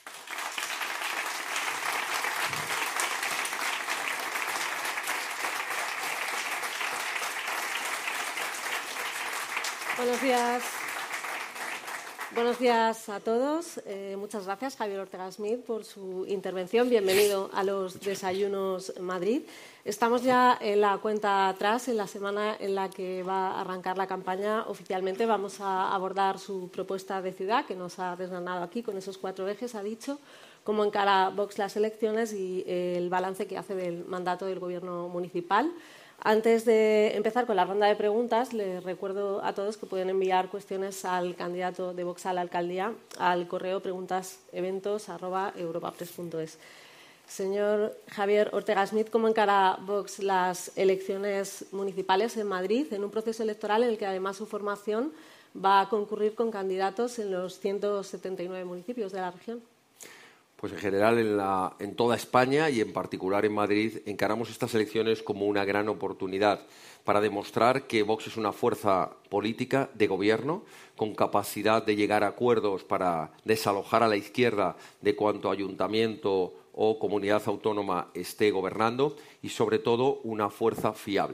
Buenos días. Buenos días a todos. Eh, muchas gracias, Javier Ortega Smith, por su intervención. Bienvenido a los Desayunos Madrid. Estamos ya en la cuenta atrás, en la semana en la que va a arrancar la campaña oficialmente. Vamos a abordar su propuesta de ciudad, que nos ha desgranado aquí con esos cuatro ejes, ha dicho, cómo encara Vox las elecciones y el balance que hace del mandato del Gobierno municipal. Antes de empezar con la ronda de preguntas, les recuerdo a todos que pueden enviar cuestiones al candidato de Vox a la alcaldía al correo preguntaseventos arroba europapress punto es. Señor Javier Ortega Smith, ¿cómo encara Vox las elecciones municipales en Madrid, en un proceso electoral en el que además su formación va a concurrir con candidatos en los ciento setenta y nueve municipios de la región? Pues en general en, la, en toda España y en particular en Madrid encaramos estas elecciones como una gran oportunidad para demostrar que Vox es una fuerza política de gobierno con capacidad de llegar a acuerdos para desalojar a la izquierda de cuanto ayuntamiento o comunidad autónoma esté gobernando y sobre todo una fuerza fiable.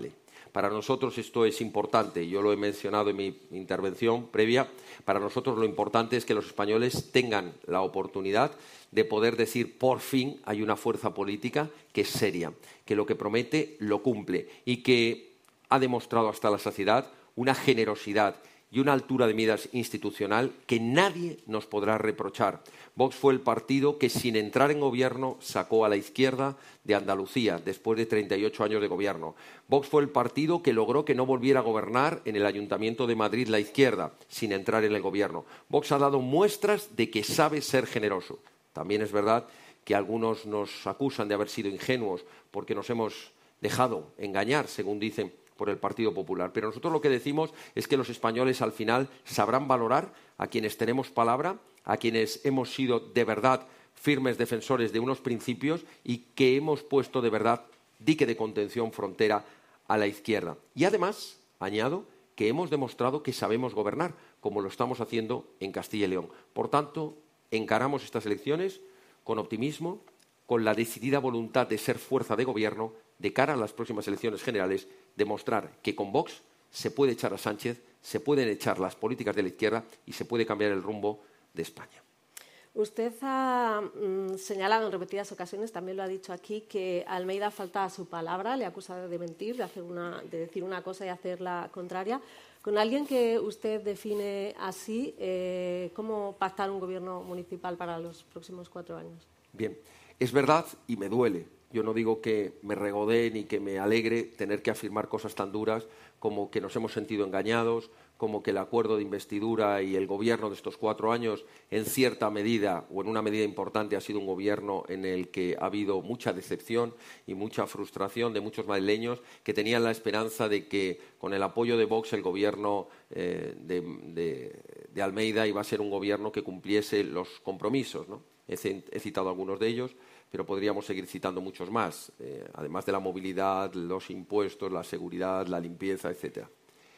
Para nosotros esto es importante, yo lo he mencionado en mi intervención previa, para nosotros lo importante es que los españoles tengan la oportunidad de poder decir por fin hay una fuerza política que es seria, que lo que promete lo cumple y que ha demostrado hasta la saciedad una generosidad y una altura de miras institucional que nadie nos podrá reprochar. Vox fue el partido que, sin entrar en gobierno, sacó a la izquierda de Andalucía después de treinta y ocho años de gobierno. Vox fue el partido que logró que no volviera a gobernar en el Ayuntamiento de Madrid la izquierda, sin entrar en el gobierno. Vox ha dado muestras de que sabe ser generoso. También es verdad que algunos nos acusan de haber sido ingenuos porque nos hemos dejado engañar, según dicen, por el Partido Popular. Pero nosotros lo que decimos es que los españoles al final sabrán valorar a quienes tenemos palabra, a quienes hemos sido de verdad firmes defensores de unos principios y que hemos puesto de verdad dique de contención frontera a la izquierda. Y además, añado, que hemos demostrado que sabemos gobernar, como lo estamos haciendo en Castilla y León. Por tanto, encaramos estas elecciones con optimismo, con la decidida voluntad de ser fuerza de gobierno de cara a las próximas elecciones generales, demostrar que con Vox se puede echar a Sánchez, se pueden echar las políticas de la izquierda y se puede cambiar el rumbo de España. Usted ha mm, señalado en repetidas ocasiones, también lo ha dicho aquí, que Almeida falta a su palabra, le acusa de mentir, de, hacer una, de decir una cosa y hacer la contraria. Con alguien que usted define así, eh, ¿cómo pactar un gobierno municipal para los próximos cuatro años? Bien, es verdad y me duele. Yo no digo que me regodee ni que me alegre tener que afirmar cosas tan duras como que nos hemos sentido engañados, como que el acuerdo de investidura y el gobierno de estos cuatro años, en cierta medida o en una medida importante, ha sido un gobierno en el que ha habido mucha decepción y mucha frustración de muchos madrileños que tenían la esperanza de que con el apoyo de Vox el gobierno eh, de, de, de Almeida iba a ser un gobierno que cumpliese los compromisos, ¿no? He, he citado algunos de ellos, pero podríamos seguir citando muchos más, eh, además de la movilidad, los impuestos, la seguridad, la limpieza, etcétera.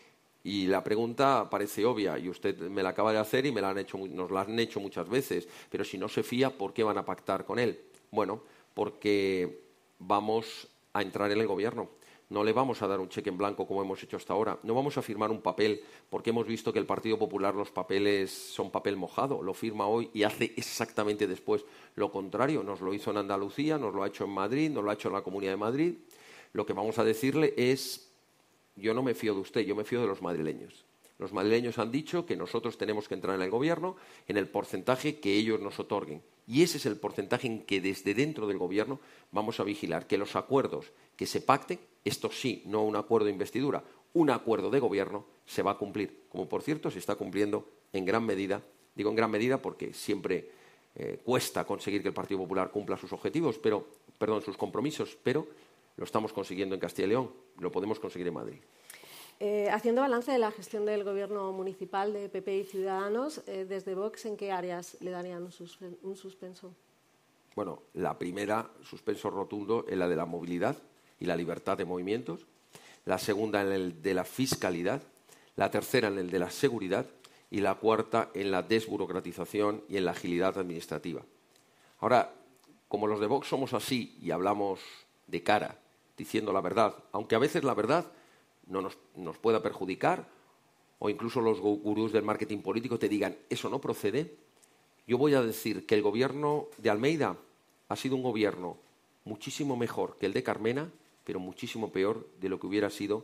Y la pregunta parece obvia, y usted me la acaba de hacer y me la han hecho, nos la han hecho muchas veces, pero si no se fía, ¿por qué van a pactar con él? Bueno, porque vamos a entrar en el gobierno. No le vamos a dar un cheque en blanco como hemos hecho hasta ahora. No vamos a firmar un papel porque hemos visto que el Partido Popular los papeles son papel mojado. Lo firma hoy y hace exactamente después lo contrario. Nos lo hizo en Andalucía, nos lo ha hecho en Madrid, nos lo ha hecho en la Comunidad de Madrid. Lo que vamos a decirle es, yo no me fío de usted, yo me fío de los madrileños. Los madrileños han dicho que nosotros tenemos que entrar en el gobierno en el porcentaje que ellos nos otorguen. Y ese es el porcentaje en que desde dentro del gobierno vamos a vigilar que los acuerdos que se pacten, esto sí, no un acuerdo de investidura, un acuerdo de gobierno, se va a cumplir. Como por cierto se está cumpliendo en gran medida, digo en gran medida porque siempre eh, cuesta conseguir que el Partido Popular cumpla sus objetivos, pero, perdón, sus compromisos, pero lo estamos consiguiendo en Castilla y León, lo podemos conseguir en Madrid. Eh, haciendo balance de la gestión del gobierno municipal de P P y Ciudadanos, eh, desde Vox, ¿en qué áreas le darían un, suspen un suspenso? Bueno, la primera, suspenso rotundo, en la de la movilidad y la libertad de movimientos. La segunda, en el de la fiscalidad. La tercera, en el de la seguridad. Y la cuarta, en la desburocratización y en la agilidad administrativa. Ahora, como los de Vox somos así y hablamos de cara, diciendo la verdad, aunque a veces la verdad no nos, nos pueda perjudicar, o incluso los gurús del marketing político te digan, eso no procede, yo voy a decir que el gobierno de Almeida ha sido un gobierno muchísimo mejor que el de Carmena, pero muchísimo peor de lo que hubiera sido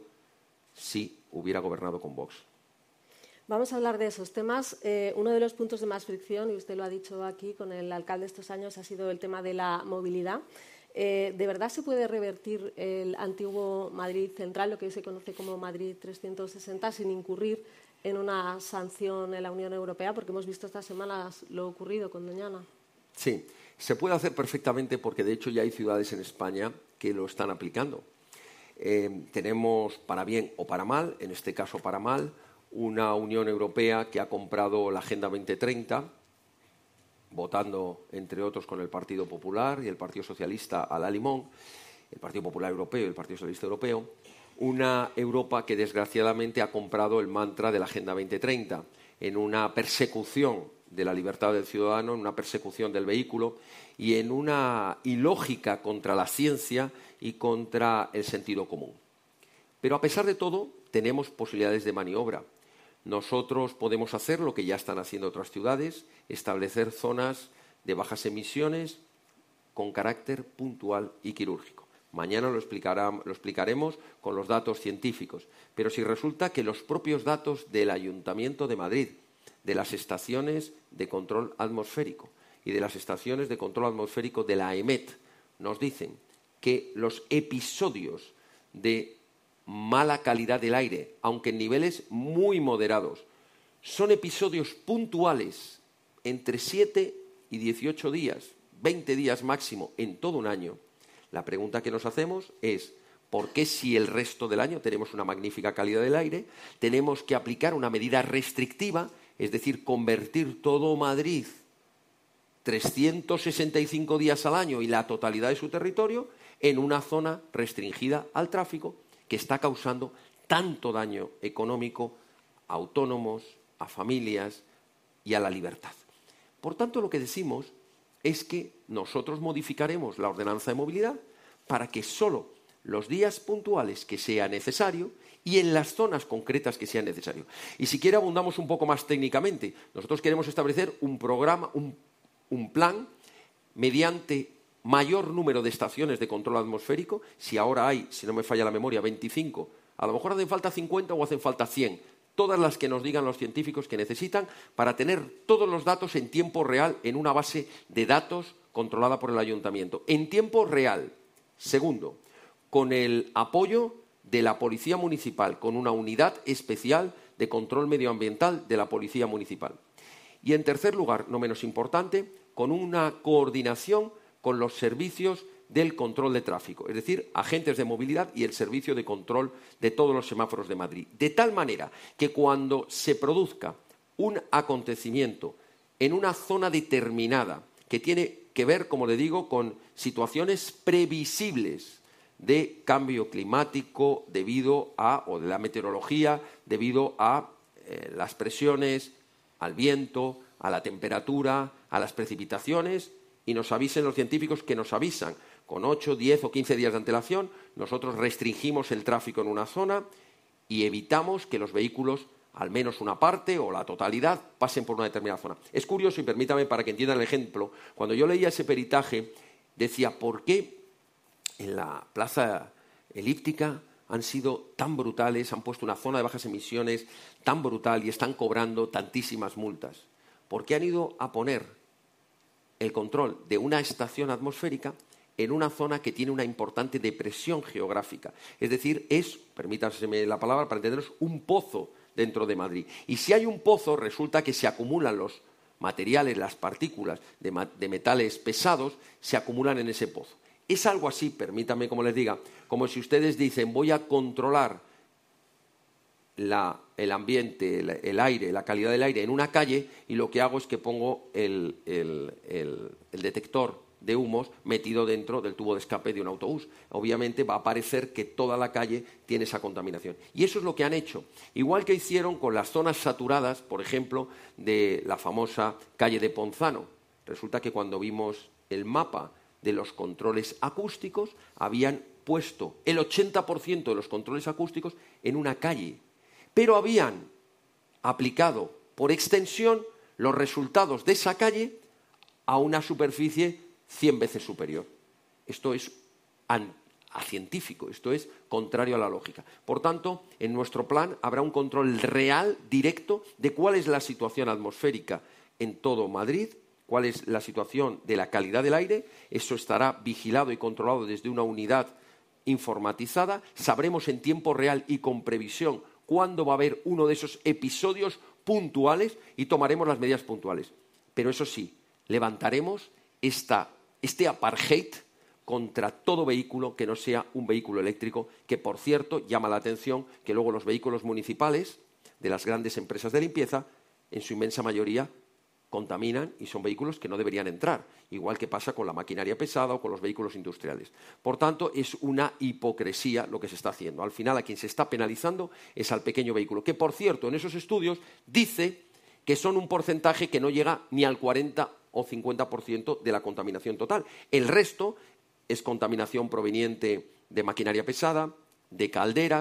si hubiera gobernado con Vox. Vamos a hablar de esos temas. Eh, uno de los puntos de más fricción, y usted lo ha dicho aquí con el alcalde estos años, ha sido el tema de la movilidad. Eh, ¿De verdad se puede revertir el antiguo Madrid Central, lo que hoy se conoce como Madrid trescientos sesenta, sin incurrir en una sanción en la Unión Europea? Porque hemos visto estas semanas lo ocurrido con Doñana. Sí, se puede hacer perfectamente porque de hecho ya hay ciudades en España que lo están aplicando. Eh, tenemos, para bien o para mal, en este caso para mal, una Unión Europea que ha comprado la Agenda veinte treinta, votando, entre otros, con el Partido Popular y el Partido Socialista a la limón, el Partido Popular Europeo y el Partido Socialista Europeo, una Europa que desgraciadamente ha comprado el mantra de la Agenda veinte treinta en una persecución de la libertad del ciudadano, en una persecución del vehículo y en una ilógica contra la ciencia y contra el sentido común. Pero a pesar de todo, tenemos posibilidades de maniobra. Nosotros podemos hacer lo que ya están haciendo otras ciudades, establecer zonas de bajas emisiones con carácter puntual y quirúrgico. Mañana lo, explicará, lo explicaremos con los datos científicos. Pero si resulta que los propios datos del Ayuntamiento de Madrid, de las estaciones de control atmosférico y de las estaciones de control atmosférico de la EMET nos dicen que los episodios de mala calidad del aire, aunque en niveles muy moderados, son episodios puntuales entre siete y dieciocho días, veinte días máximo en todo un año, la pregunta que nos hacemos es ¿por qué si el resto del año tenemos una magnífica calidad del aire, tenemos que aplicar una medida restrictiva, es decir, convertir todo Madrid trescientos sesenta y cinco días al año y la totalidad de su territorio en una zona restringida al tráfico que está causando tanto daño económico a autónomos, a familias y a la libertad? Por tanto, lo que decimos es que nosotros modificaremos la ordenanza de movilidad para que solo los días puntuales que sea necesario y en las zonas concretas que sea necesario. Y si quiere abundamos un poco más técnicamente. Nosotros queremos establecer un programa, un, un plan mediante mayor número de estaciones de control atmosférico. Si ahora hay, si no me falla la memoria, veinticinco, a lo mejor hacen falta cincuenta o hacen falta cien. Todas las que nos digan los científicos que necesitan para tener todos los datos en tiempo real en una base de datos controlada por el ayuntamiento. En tiempo real. Segundo, con el apoyo de la Policía Municipal, con una unidad especial de control medioambiental de la Policía Municipal. Y en tercer lugar, no menos importante, con una coordinación con los servicios del control de tráfico, es decir, agentes de movilidad y el servicio de control de todos los semáforos de Madrid. De tal manera que cuando se produzca un acontecimiento en una zona determinada que tiene que ver, como le digo, con situaciones previsibles de cambio climático debido a, o de la meteorología, debido a eh, las presiones, al viento, a la temperatura, a las precipitaciones, y nos avisen los científicos que nos avisan. Con ocho, diez o quince días de antelación, nosotros restringimos el tráfico en una zona y evitamos que los vehículos, al menos una parte o la totalidad, pasen por una determinada zona. Es curioso, y permítame para que entiendan el ejemplo, cuando yo leía ese peritaje, decía, ¿por qué en la plaza elíptica han sido tan brutales, han puesto una zona de bajas emisiones tan brutal y están cobrando tantísimas multas? ¿Por qué han ido a poner el control de una estación atmosférica en una zona que tiene una importante depresión geográfica? Es decir, es, permítanseme la palabra para entenderos, un pozo dentro de Madrid. Y si hay un pozo, resulta que se acumulan los materiales, las partículas de, de metales pesados, se acumulan en ese pozo. Es algo así, permítame como les diga, como si ustedes dicen, voy a controlar la, el ambiente, el, el aire, la calidad del aire en una calle, y lo que hago es que pongo el, el, el, el detector de humos metido dentro del tubo de escape de un autobús. Obviamente va a parecer que toda la calle tiene esa contaminación. Y eso es lo que han hecho. Igual que hicieron con las zonas saturadas, por ejemplo, de la famosa calle de Ponzano. Resulta que cuando vimos el mapa de los controles acústicos, habían puesto el ochenta por ciento de los controles acústicos en una calle, pero habían aplicado por extensión los resultados de esa calle a una superficie cien veces superior. Esto es científico, esto es contrario a la lógica. Por tanto, en nuestro plan habrá un control real, directo, de cuál es la situación atmosférica en todo Madrid, cuál es la situación de la calidad del aire. Eso estará vigilado y controlado desde una unidad informatizada. Sabremos en tiempo real y con previsión cuándo va a haber uno de esos episodios puntuales y tomaremos las medidas puntuales. Pero eso sí, levantaremos esta, este apartheid contra todo vehículo que no sea un vehículo eléctrico, que, por cierto, llama la atención que luego los vehículos municipales de las grandes empresas de limpieza, en su inmensa mayoría, contaminan y son vehículos que no deberían entrar, igual que pasa con la maquinaria pesada o con los vehículos industriales. Por tanto, es una hipocresía lo que se está haciendo. Al final, a quien se está penalizando es al pequeño vehículo, que, por cierto, en esos estudios dice que son un porcentaje que no llega ni al cuarenta o cincuenta por ciento de la contaminación total. El resto es contaminación proveniente de maquinaria pesada, de calderas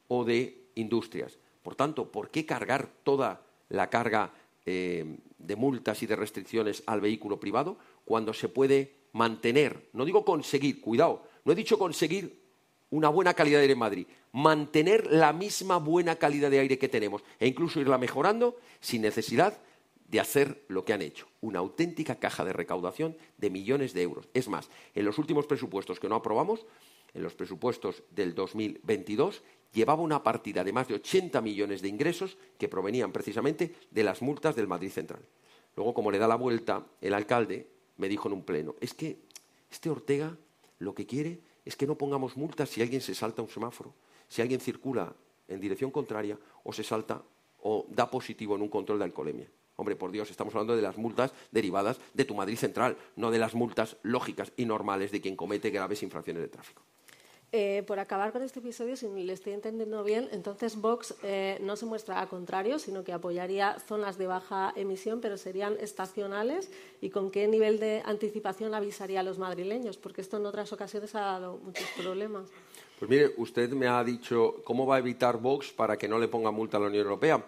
o de industrias. Por tanto, ¿por qué cargar toda la carga eh, de multas y de restricciones al vehículo privado cuando se puede mantener, no digo conseguir, cuidado, no he dicho conseguir una buena calidad de aire en Madrid, mantener la misma buena calidad de aire que tenemos e incluso irla mejorando sin necesidad de hacer lo que han hecho, una auténtica caja de recaudación de millones de euros. Es más, en los últimos presupuestos que no aprobamos, en los presupuestos del dos mil veintidós, llevaba una partida de más de ochenta millones de ingresos que provenían precisamente de las multas del Madrid Central. Luego, como le da la vuelta, el alcalde me dijo en un pleno, es que este Ortega lo que quiere es que no pongamos multas si alguien se salta un semáforo, si alguien circula en dirección contraria o se salta o da positivo en un control de alcoholemia. Hombre, por Dios, estamos hablando de las multas derivadas de tu Madrid Central, no de las multas lógicas y normales de quien comete graves infracciones de tráfico. Eh, por acabar con este episodio, si le estoy entendiendo bien, entonces Vox eh, no se muestra a contrario, sino que apoyaría zonas de baja emisión, pero serían estacionales. ¿Y con qué nivel de anticipación avisaría a los madrileños? Porque esto en otras ocasiones ha dado muchos problemas. Pues mire, usted me ha dicho cómo va a evitar Vox para que no le ponga multa a la Unión Europea.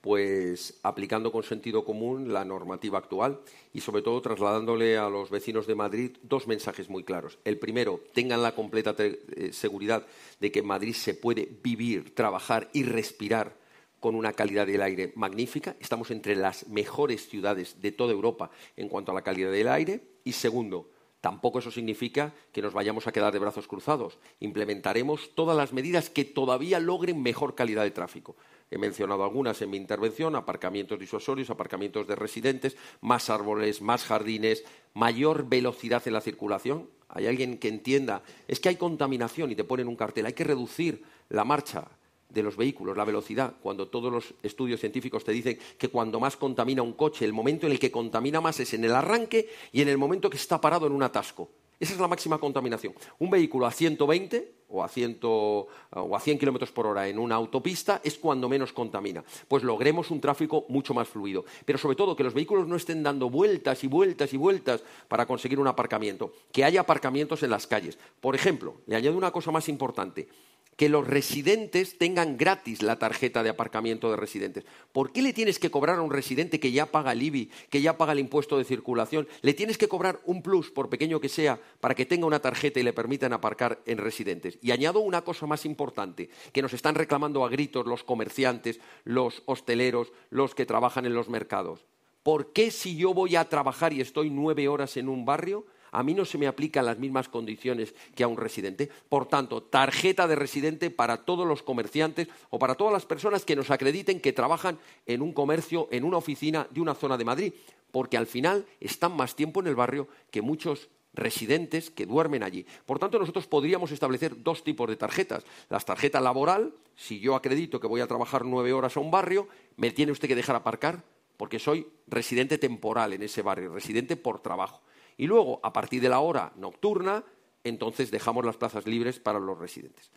Pues aplicando con sentido común la normativa actual y, sobre todo, trasladándole a los vecinos de Madrid dos mensajes muy claros. El primero, tengan la completa eh, seguridad de que en Madrid se puede vivir, trabajar y respirar con una calidad del aire magnífica. Estamos entre las mejores ciudades de toda Europa en cuanto a la calidad del aire. Y segundo, tampoco eso significa que nos vayamos a quedar de brazos cruzados. Implementaremos todas las medidas que todavía logren mejor calidad de tráfico. He mencionado algunas en mi intervención, aparcamientos disuasorios, aparcamientos de residentes, más árboles, más jardines, mayor velocidad en la circulación. Hay alguien que entienda, es que hay contaminación y te ponen un cartel, hay que reducir la marcha de los vehículos, la velocidad, cuando todos los estudios científicos te dicen que cuando más contamina un coche, el momento en el que contamina más es en el arranque y en el momento que está parado en un atasco. Esa es la máxima contaminación. Un vehículo a ciento veinte o a, cien, o a cien kilómetros por hora en una autopista es cuando menos contamina. Pues logremos un tráfico mucho más fluido. Pero sobre todo que los vehículos no estén dando vueltas y vueltas y vueltas para conseguir un aparcamiento. Que haya aparcamientos en las calles. Por ejemplo, le añado una cosa más importante. Que los residentes tengan gratis la tarjeta de aparcamiento de residentes. ¿Por qué le tienes que cobrar a un residente que ya paga el I B I, que ya paga el impuesto de circulación? Le tienes que cobrar un plus, por pequeño que sea, para que tenga una tarjeta y le permitan aparcar en residentes. Y añado una cosa más importante, que nos están reclamando a gritos los comerciantes, los hosteleros, los que trabajan en los mercados. ¿Por qué si yo voy a trabajar y estoy nueve horas en un barrio, a mí no se me aplican las mismas condiciones que a un residente? Por tanto, tarjeta de residente para todos los comerciantes o para todas las personas que nos acrediten que trabajan en un comercio, en una oficina de una zona de Madrid, porque al final están más tiempo en el barrio que muchos residentes que duermen allí. Por tanto, nosotros podríamos establecer dos tipos de tarjetas. La tarjeta laboral, si yo acredito que voy a trabajar nueve horas a un barrio, me tiene usted que dejar aparcar porque soy residente temporal en ese barrio, residente por trabajo. Y luego, a partir de la hora nocturna, entonces dejamos las plazas libres para los residentes.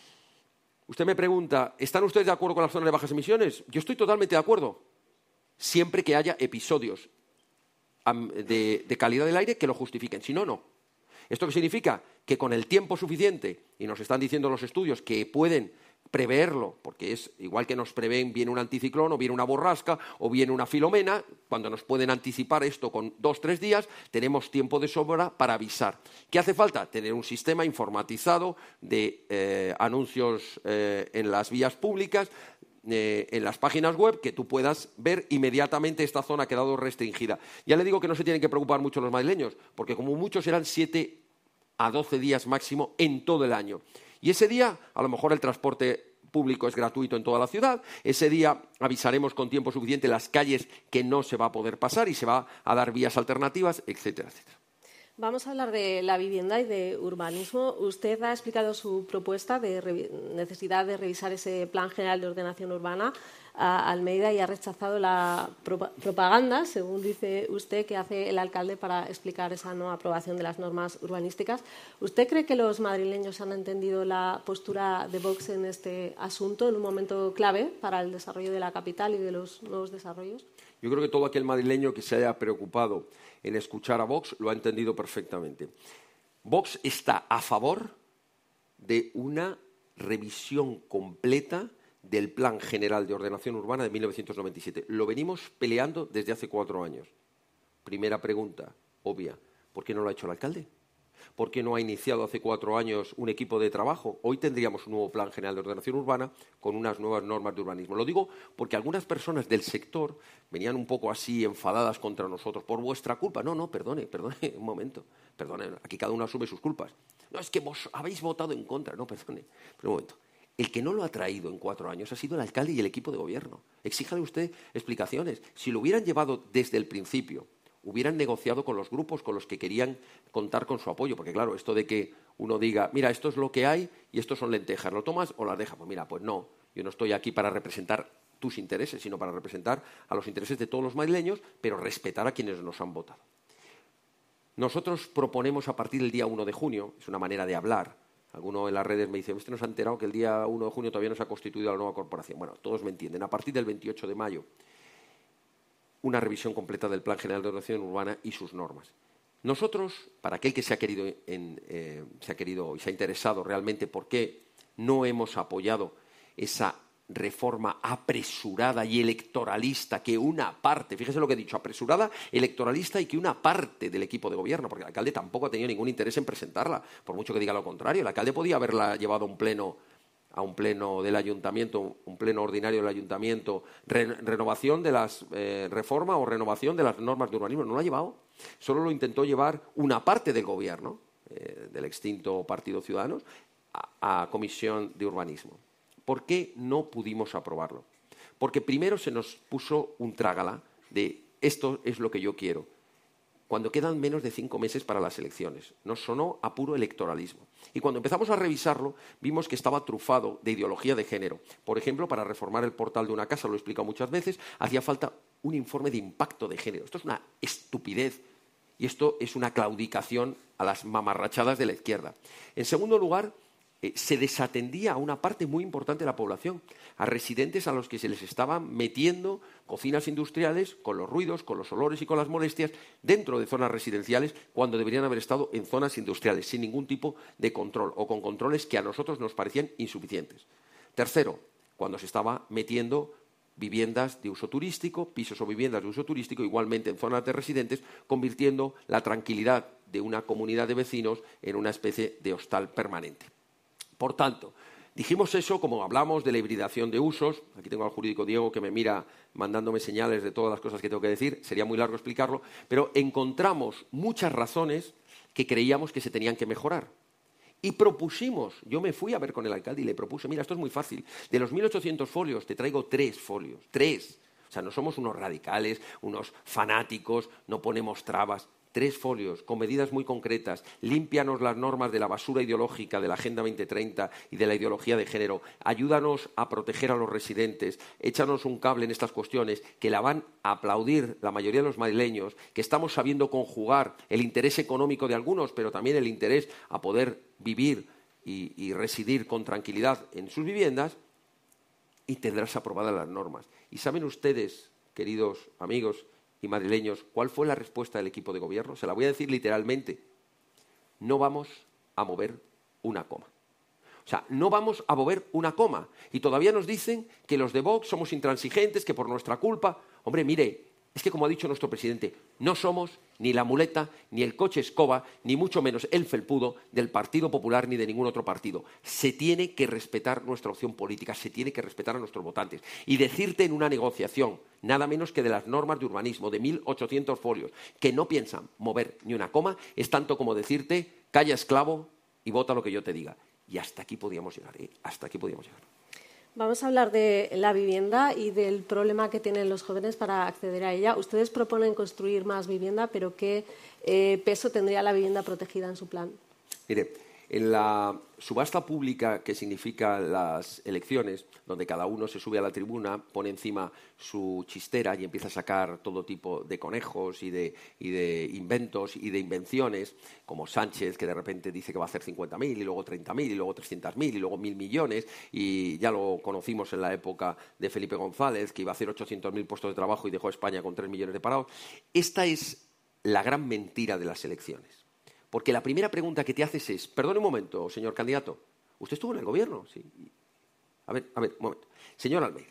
Usted me pregunta, ¿están ustedes de acuerdo con las zonas de bajas emisiones? Yo estoy totalmente de acuerdo, siempre que haya episodios de, de calidad del aire que lo justifiquen. Si no, no. ¿Esto qué significa? Que con el tiempo suficiente, y nos están diciendo los estudios que pueden preverlo, porque es igual que nos prevén viene un anticiclón o viene una borrasca o viene una filomena, cuando nos pueden anticipar esto con dos, tres días, tenemos tiempo de sobra para avisar. ¿Qué hace falta? Tener un sistema informatizado de eh, anuncios eh, en las vías públicas, eh, en las páginas web, que tú puedas ver inmediatamente esta zona ha quedado restringida. Ya le digo que no se tienen que preocupar mucho los madrileños, porque como muchos serán siete a doce días máximo en todo el año. Y ese día, a lo mejor el transporte público es gratuito en toda la ciudad, ese día avisaremos con tiempo suficiente las calles que no se va a poder pasar y se va a dar vías alternativas, etcétera, etcétera. Vamos a hablar de la vivienda y de urbanismo. Usted ha explicado su propuesta de necesidad de revisar ese Plan General de Ordenación Urbana a Almeida y ha rechazado la pro propaganda, según dice usted, que hace el alcalde para explicar esa no aprobación de las normas urbanísticas. ¿Usted cree que los madrileños han entendido la postura de Vox en este asunto en un momento clave para el desarrollo de la capital y de los nuevos desarrollos? Yo creo que todo aquel madrileño que se haya preocupado en escuchar a Vox lo ha entendido perfectamente. Vox está a favor de una revisión completa del Plan General de Ordenación Urbana de mil novecientos noventa y siete. Lo venimos peleando desde hace cuatro años. Primera pregunta, obvia, ¿por qué no lo ha hecho el alcalde? ¿Por qué no ha iniciado hace cuatro años un equipo de trabajo? Hoy tendríamos un nuevo Plan General de Ordenación Urbana con unas nuevas normas de urbanismo. Lo digo porque algunas personas del sector venían un poco así enfadadas contra nosotros por vuestra culpa. No, no, perdone, perdone, un momento. Perdone, aquí cada uno asume sus culpas. No, es que vos habéis votado en contra. No, perdone, pero un momento. El que no lo ha traído en cuatro años ha sido el alcalde y el equipo de gobierno. Exíjale usted explicaciones. Si lo hubieran llevado desde el principio, hubieran negociado con los grupos con los que querían contar con su apoyo. Porque, claro, esto de que uno diga, mira, esto es lo que hay y esto son lentejas, ¿lo tomas o las dejas? Pues mira, pues no, yo no estoy aquí para representar tus intereses, sino para representar a los intereses de todos los madrileños, pero respetar a quienes nos han votado. Nosotros proponemos a partir del día uno de junio, es una manera de hablar. Alguno en las redes me dice, usted nos ha enterado que el día uno de junio todavía no se ha constituido la nueva corporación. Bueno, todos me entienden. A partir del veintiocho de mayo, una revisión completa del Plan General de Ordenación Urbana y sus normas. Nosotros, para aquel que se ha querido, en, eh, se ha querido y se ha interesado realmente por qué no hemos apoyado esa reforma apresurada y electoralista que una parte, fíjese lo que he dicho, apresurada, electoralista y que una parte del equipo de gobierno, porque el alcalde tampoco ha tenido ningún interés en presentarla, por mucho que diga lo contrario. El alcalde podía haberla llevado a un pleno a un pleno del ayuntamiento, un pleno ordinario del ayuntamiento, re, renovación de las eh, reformas o renovación de las normas de urbanismo. No lo ha llevado. Solo lo intentó llevar una parte del gobierno, eh, del extinto Partido Ciudadanos, a, a Comisión de Urbanismo. ¿Por qué no pudimos aprobarlo? Porque primero se nos puso un trágala de esto es lo que yo quiero, cuando quedan menos de cinco meses para las elecciones. Nos sonó a puro electoralismo. Y cuando empezamos a revisarlo, vimos que estaba trufado de ideología de género. Por ejemplo, para reformar el portal de una casa, lo he explicado muchas veces, hacía falta un informe de impacto de género. Esto es una estupidez y esto es una claudicación a las mamarrachadas de la izquierda. En segundo lugar, Eh, se desatendía a una parte muy importante de la población, a residentes a los que se les estaban metiendo cocinas industriales con los ruidos, con los olores y con las molestias dentro de zonas residenciales cuando deberían haber estado en zonas industriales, sin ningún tipo de control o con controles que a nosotros nos parecían insuficientes. Tercero, cuando se estaba metiendo viviendas de uso turístico, pisos o viviendas de uso turístico, igualmente en zonas de residentes, convirtiendo la tranquilidad de una comunidad de vecinos en una especie de hostal permanente. Por tanto, dijimos eso como hablamos de la hibridación de usos. Aquí tengo al jurídico Diego que me mira mandándome señales de todas las cosas que tengo que decir. Sería muy largo explicarlo, pero encontramos muchas razones que creíamos que se tenían que mejorar. Y propusimos, yo me fui a ver con el alcalde y le propuse, mira, esto es muy fácil, de los mil ochocientos folios te traigo tres folios, tres. O sea, no somos unos radicales, unos fanáticos, no ponemos trabas. Tres folios con medidas muy concretas, límpianos las normas de la basura ideológica de la Agenda veinte treinta y de la ideología de género, ayúdanos a proteger a los residentes, échanos un cable en estas cuestiones que la van a aplaudir la mayoría de los madrileños, que estamos sabiendo conjugar el interés económico de algunos, pero también el interés a poder vivir y, y residir con tranquilidad en sus viviendas, y tendrás aprobadas las normas. ¿Y saben ustedes, queridos amigos y madrileños, cuál fue la respuesta del equipo de gobierno? Se la voy a decir literalmente. No vamos a mover una coma. O sea, no vamos a mover una coma. Y todavía nos dicen que los de Vox somos intransigentes, que por nuestra culpa... Hombre, mire, es que como ha dicho nuestro presidente, no somos ni la muleta, ni el coche escoba, ni mucho menos el felpudo del Partido Popular ni de ningún otro partido. Se tiene que respetar nuestra opción política, se tiene que respetar a nuestros votantes. Y decirte en una negociación, nada menos que de las normas de urbanismo, de mil ochocientos folios, que no piensan mover ni una coma, es tanto como decirte, calla esclavo y vota lo que yo te diga. Y hasta aquí podíamos llegar, ¿eh? Hasta aquí podíamos llegar. Vamos a hablar de la vivienda y del problema que tienen los jóvenes para acceder a ella. Ustedes proponen construir más vivienda, pero ¿qué eh, peso tendría la vivienda protegida en su plan? Mire, en la subasta pública que significa las elecciones, donde cada uno se sube a la tribuna, pone encima su chistera y empieza a sacar todo tipo de conejos y de, y de inventos y de invenciones, como Sánchez, que de repente dice que va a hacer cincuenta mil y luego treinta mil y luego trescientos mil y luego mil millones, y ya lo conocimos en la época de Felipe González, que iba a hacer ochocientos mil puestos de trabajo y dejó a España con tres millones de parados. Esta es la gran mentira de las elecciones. Porque la primera pregunta que te haces es, perdone un momento, señor candidato, ¿Usted estuvo en el gobierno? Sí. A ver, a ver, un momento. Señor Almeida,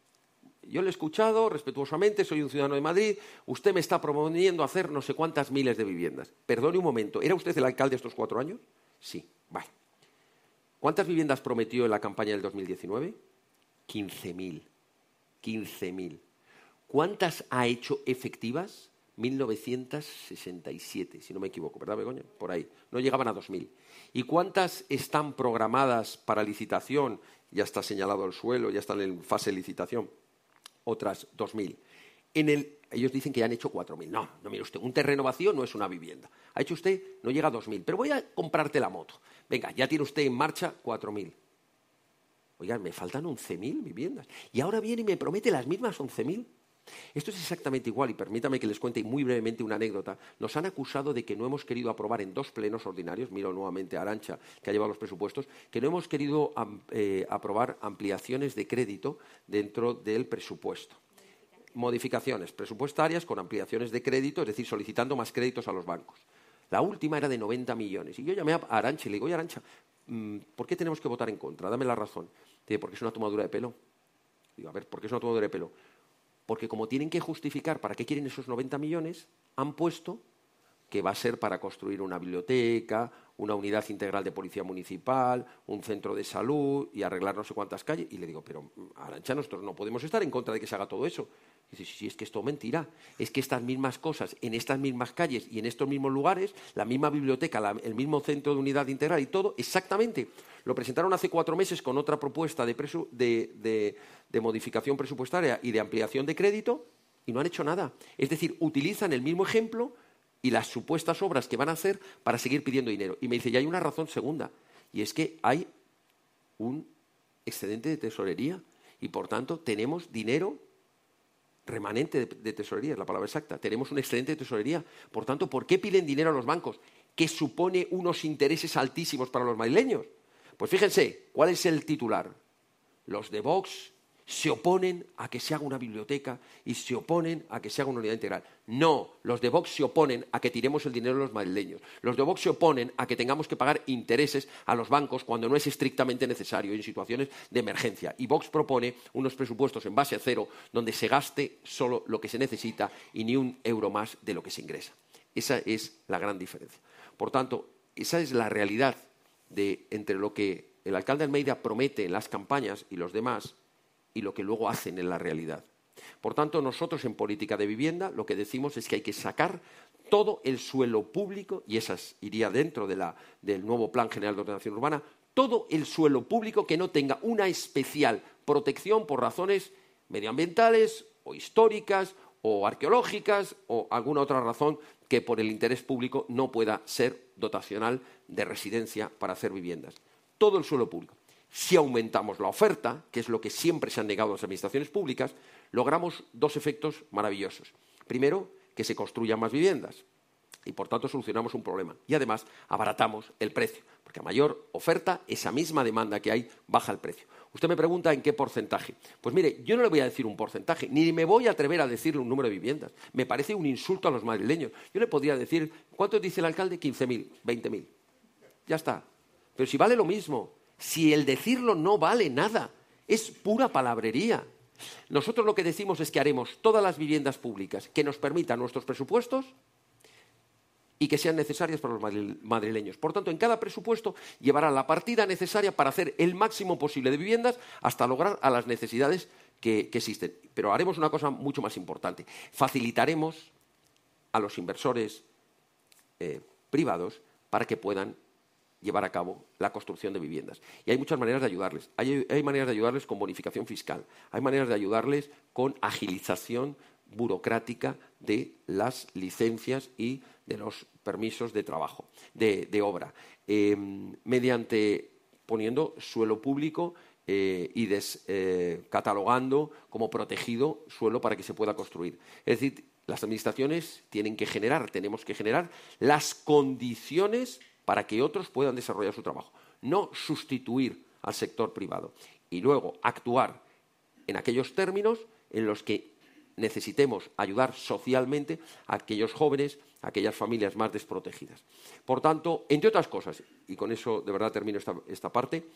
yo le he escuchado respetuosamente, soy un ciudadano de Madrid, usted me está proponiendo hacer no sé cuántas miles de viviendas. Perdone un momento, ¿era usted el alcalde estos cuatro años? Sí, vale. ¿Cuántas viviendas prometió en la campaña del dos mil diecinueve? quince mil. quince mil. ¿Cuántas ha hecho efectivas? mil novecientos sesenta y siete, si no me equivoco, ¿verdad, Begoña? Por ahí. No llegaban a dos mil. ¿Y cuántas están programadas para licitación? Ya está señalado el suelo, ya están en fase de licitación. Otras dos mil. En el, ellos dicen que ya han hecho cuatro mil. No, no, mire usted, un terreno vacío no es una vivienda. Ha hecho usted, no llega a dos mil, pero voy a comprarte la moto. Venga, ya tiene usted en marcha cuatro mil. Oigan, me faltan once mil viviendas. Y ahora viene y me promete las mismas once mil. Esto es exactamente igual, y permítame que les cuente muy brevemente una anécdota. Nos han acusado de que no hemos querido aprobar en dos plenos ordinarios, miro nuevamente a Arantxa, que ha llevado los presupuestos, que no hemos querido eh, aprobar ampliaciones de crédito dentro del presupuesto. Modificaciones presupuestarias con ampliaciones de crédito, es decir, solicitando más créditos a los bancos. La última era de noventa millones. Y yo llamé a Arantxa y le digo, oye, Arantxa, ¿por qué tenemos que votar en contra? Dame la razón. Dice, porque es una tomadura de pelo. Digo, a ver, ¿por qué es una tomadura de pelo? Porque como tienen que justificar para qué quieren esos noventa millones, han puesto que va a ser para construir una biblioteca, una unidad integral de policía municipal, un centro de salud y arreglar no sé cuántas calles. Y le digo, pero Arantxa, nosotros no podemos estar en contra de que se haga todo eso. Y dice, sí, sí, es que es todo mentira. Es que estas mismas cosas, en estas mismas calles y en estos mismos lugares, la misma biblioteca, la, el mismo centro de unidad integral y todo, exactamente. Lo presentaron hace cuatro meses con otra propuesta de, presu, de, de, de modificación presupuestaria y de ampliación de crédito y no han hecho nada. Es decir, utilizan el mismo ejemplo y las supuestas obras que van a hacer para seguir pidiendo dinero. Y me dice, y hay una razón segunda, y es que hay un excedente de tesorería y, por tanto, tenemos dinero remanente de, de tesorería, es la palabra exacta. Tenemos un excedente de tesorería. Por tanto, ¿por qué piden dinero a los bancos? Que supone unos intereses altísimos para los madrileños. Pues fíjense, ¿cuál es el titular? Los de Vox se oponen a que se haga una biblioteca y se oponen a que se haga una unidad integral. No, los de Vox se oponen a que tiremos el dinero a los madrileños. Los de Vox se oponen a que tengamos que pagar intereses a los bancos cuando no es estrictamente necesario en situaciones de emergencia. Y Vox propone unos presupuestos en base a cero donde se gaste solo lo que se necesita y ni un euro más de lo que se ingresa. Esa es la gran diferencia. Por tanto, esa es la realidad de entre lo que el alcalde Almeida promete en las campañas y los demás y lo que luego hacen en la realidad. Por tanto, nosotros en política de vivienda lo que decimos es que hay que sacar todo el suelo público, y esa iría dentro de la, del nuevo Plan General de Ordenación Urbana, todo el suelo público que no tenga una especial protección por razones medioambientales o históricas o arqueológicas o alguna otra razón que por el interés público no pueda ser dotacional de residencia para hacer viviendas. Todo el suelo público. Si aumentamos la oferta, que es lo que siempre se han negado las administraciones públicas, logramos dos efectos maravillosos. Primero, que se construyan más viviendas y, por tanto, solucionamos un problema. Y, además, abaratamos el precio, porque a mayor oferta, esa misma demanda que hay, baja el precio. Usted me pregunta en qué porcentaje. Pues mire, yo no le voy a decir un porcentaje, ni me voy a atrever a decirle un número de viviendas. Me parece un insulto a los madrileños. Yo le podría decir, ¿cuánto dice el alcalde? quince mil, veinte mil. Ya está. Pero si vale lo mismo, si el decirlo no vale nada, es pura palabrería. Nosotros lo que decimos es que haremos todas las viviendas públicas que nos permitan nuestros presupuestos y que sean necesarias para los madrileños. Por tanto, en cada presupuesto llevará la partida necesaria para hacer el máximo posible de viviendas hasta lograr a las necesidades que, que existen. Pero haremos una cosa mucho más importante. Facilitaremos a los inversores eh, privados para que puedan llevar a cabo la construcción de viviendas. Y hay muchas maneras de ayudarles. Hay, hay maneras de ayudarles con bonificación fiscal. Hay maneras de ayudarles con agilización burocrática de las licencias y de los permisos de trabajo, de, de obra, eh, mediante poniendo suelo público eh, y descatalogando eh, como protegido suelo para que se pueda construir. Es decir, las administraciones tienen que generar, tenemos que generar las condiciones para que otros puedan desarrollar su trabajo, no sustituir al sector privado. Y luego actuar en aquellos términos en los que necesitemos ayudar socialmente a aquellos jóvenes, a aquellas familias más desprotegidas. Por tanto, entre otras cosas, y con eso de verdad termino esta, esta parte,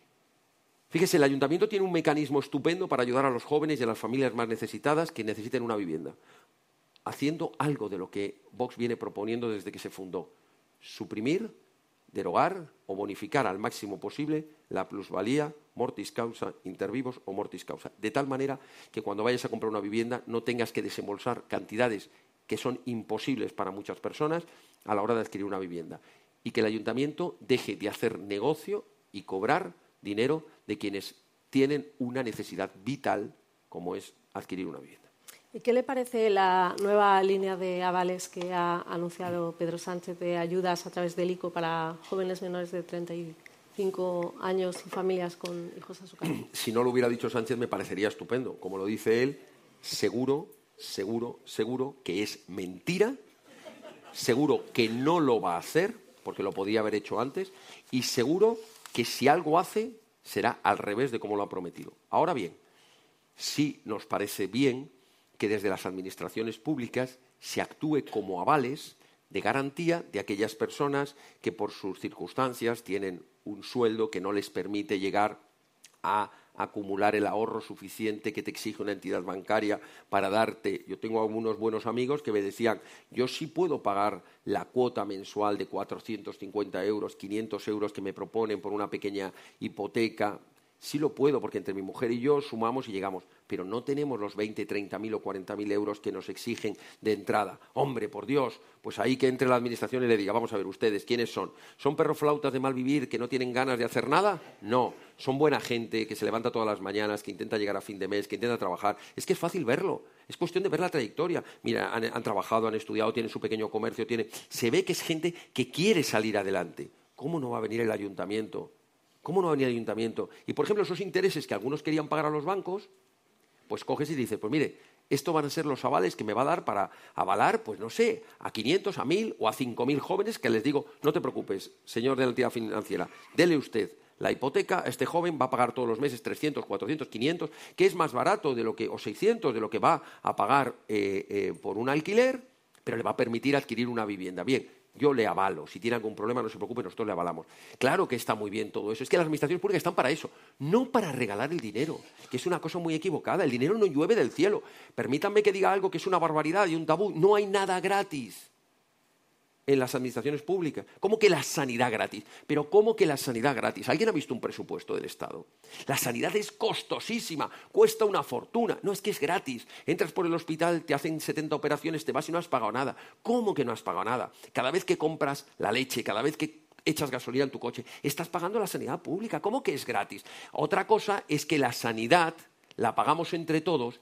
fíjese, el Ayuntamiento tiene un mecanismo estupendo para ayudar a los jóvenes y a las familias más necesitadas que necesiten una vivienda, haciendo algo de lo que Vox viene proponiendo desde que se fundó: suprimir, derogar o bonificar al máximo posible la plusvalía, mortis causa, inter vivos o mortis causa, de tal manera que cuando vayas a comprar una vivienda no tengas que desembolsar cantidades que son imposibles para muchas personas a la hora de adquirir una vivienda, y que el Ayuntamiento deje de hacer negocio y cobrar dinero de quienes tienen una necesidad vital como es adquirir una vivienda. ¿Y qué le parece la nueva línea de avales que ha anunciado Pedro Sánchez de ayudas a través del I C O para jóvenes menores de treinta y cinco años y familias con hijos a su cargo? Si no lo hubiera dicho Sánchez me parecería estupendo. Como lo dice él, seguro, seguro, seguro que es mentira, seguro que no lo va a hacer, porque lo podía haber hecho antes, y seguro que si algo hace será al revés de como lo ha prometido. Ahora bien, sí nos parece bien que desde las administraciones públicas se actúe como avales de garantía de aquellas personas que por sus circunstancias tienen un sueldo que no les permite llegar a acumular el ahorro suficiente que te exige una entidad bancaria para darte. Yo tengo algunos buenos amigos que me decían, yo sí puedo pagar la cuota mensual de cuatrocientos cincuenta euros, quinientos euros que me proponen por una pequeña hipoteca. Sí lo puedo, porque entre mi mujer y yo sumamos y llegamos, pero no tenemos los veinte, treinta mil o cuarenta mil euros que nos exigen de entrada. Hombre, por Dios, pues ahí que entre la administración y le diga, vamos a ver ustedes, ¿quiénes son? ¿Son perroflautas de mal vivir que no tienen ganas de hacer nada? No, son buena gente que se levanta todas las mañanas, que intenta llegar a fin de mes, que intenta trabajar. Es que es fácil verlo, es cuestión de ver la trayectoria. Mira, han, han trabajado, han estudiado, tienen su pequeño comercio, tienen... se ve que es gente que quiere salir adelante. ¿Cómo no va a venir el ayuntamiento? ¿Cómo no va a venir el ayuntamiento? Y, por ejemplo, esos intereses que algunos querían pagar a los bancos, pues coges y dices, pues mire, esto van a ser los avales que me va a dar para avalar, pues no sé, a quinientos, a mil o a cinco mil jóvenes que les digo, no te preocupes, señor de la entidad financiera, dele usted la hipoteca, a este joven va a pagar todos los meses trescientos, cuatrocientos, quinientos, que es más barato de lo que, o seiscientos de lo que va a pagar eh, eh, por un alquiler, pero le va a permitir adquirir una vivienda. Bien, yo le avalo. Si tiene algún problema, no se preocupe, nosotros le avalamos. Claro que está muy bien todo eso. Es que las administraciones públicas están para eso, no para regalar el dinero, que es una cosa muy equivocada. El dinero no llueve del cielo. Permítanme que diga algo que es una barbaridad y un tabú. No hay nada gratis en las administraciones públicas. ¿Cómo que la sanidad gratis? Pero ¿cómo que la sanidad gratis? ¿Alguien ha visto un presupuesto del Estado? La sanidad es costosísima, cuesta una fortuna. No, es que es gratis. Entras por el hospital, te hacen setenta operaciones, te vas y no has pagado nada. ¿Cómo que no has pagado nada? Cada vez que compras la leche, cada vez que echas gasolina en tu coche, estás pagando la sanidad pública. ¿Cómo que es gratis? Otra cosa es que la sanidad la pagamos entre todos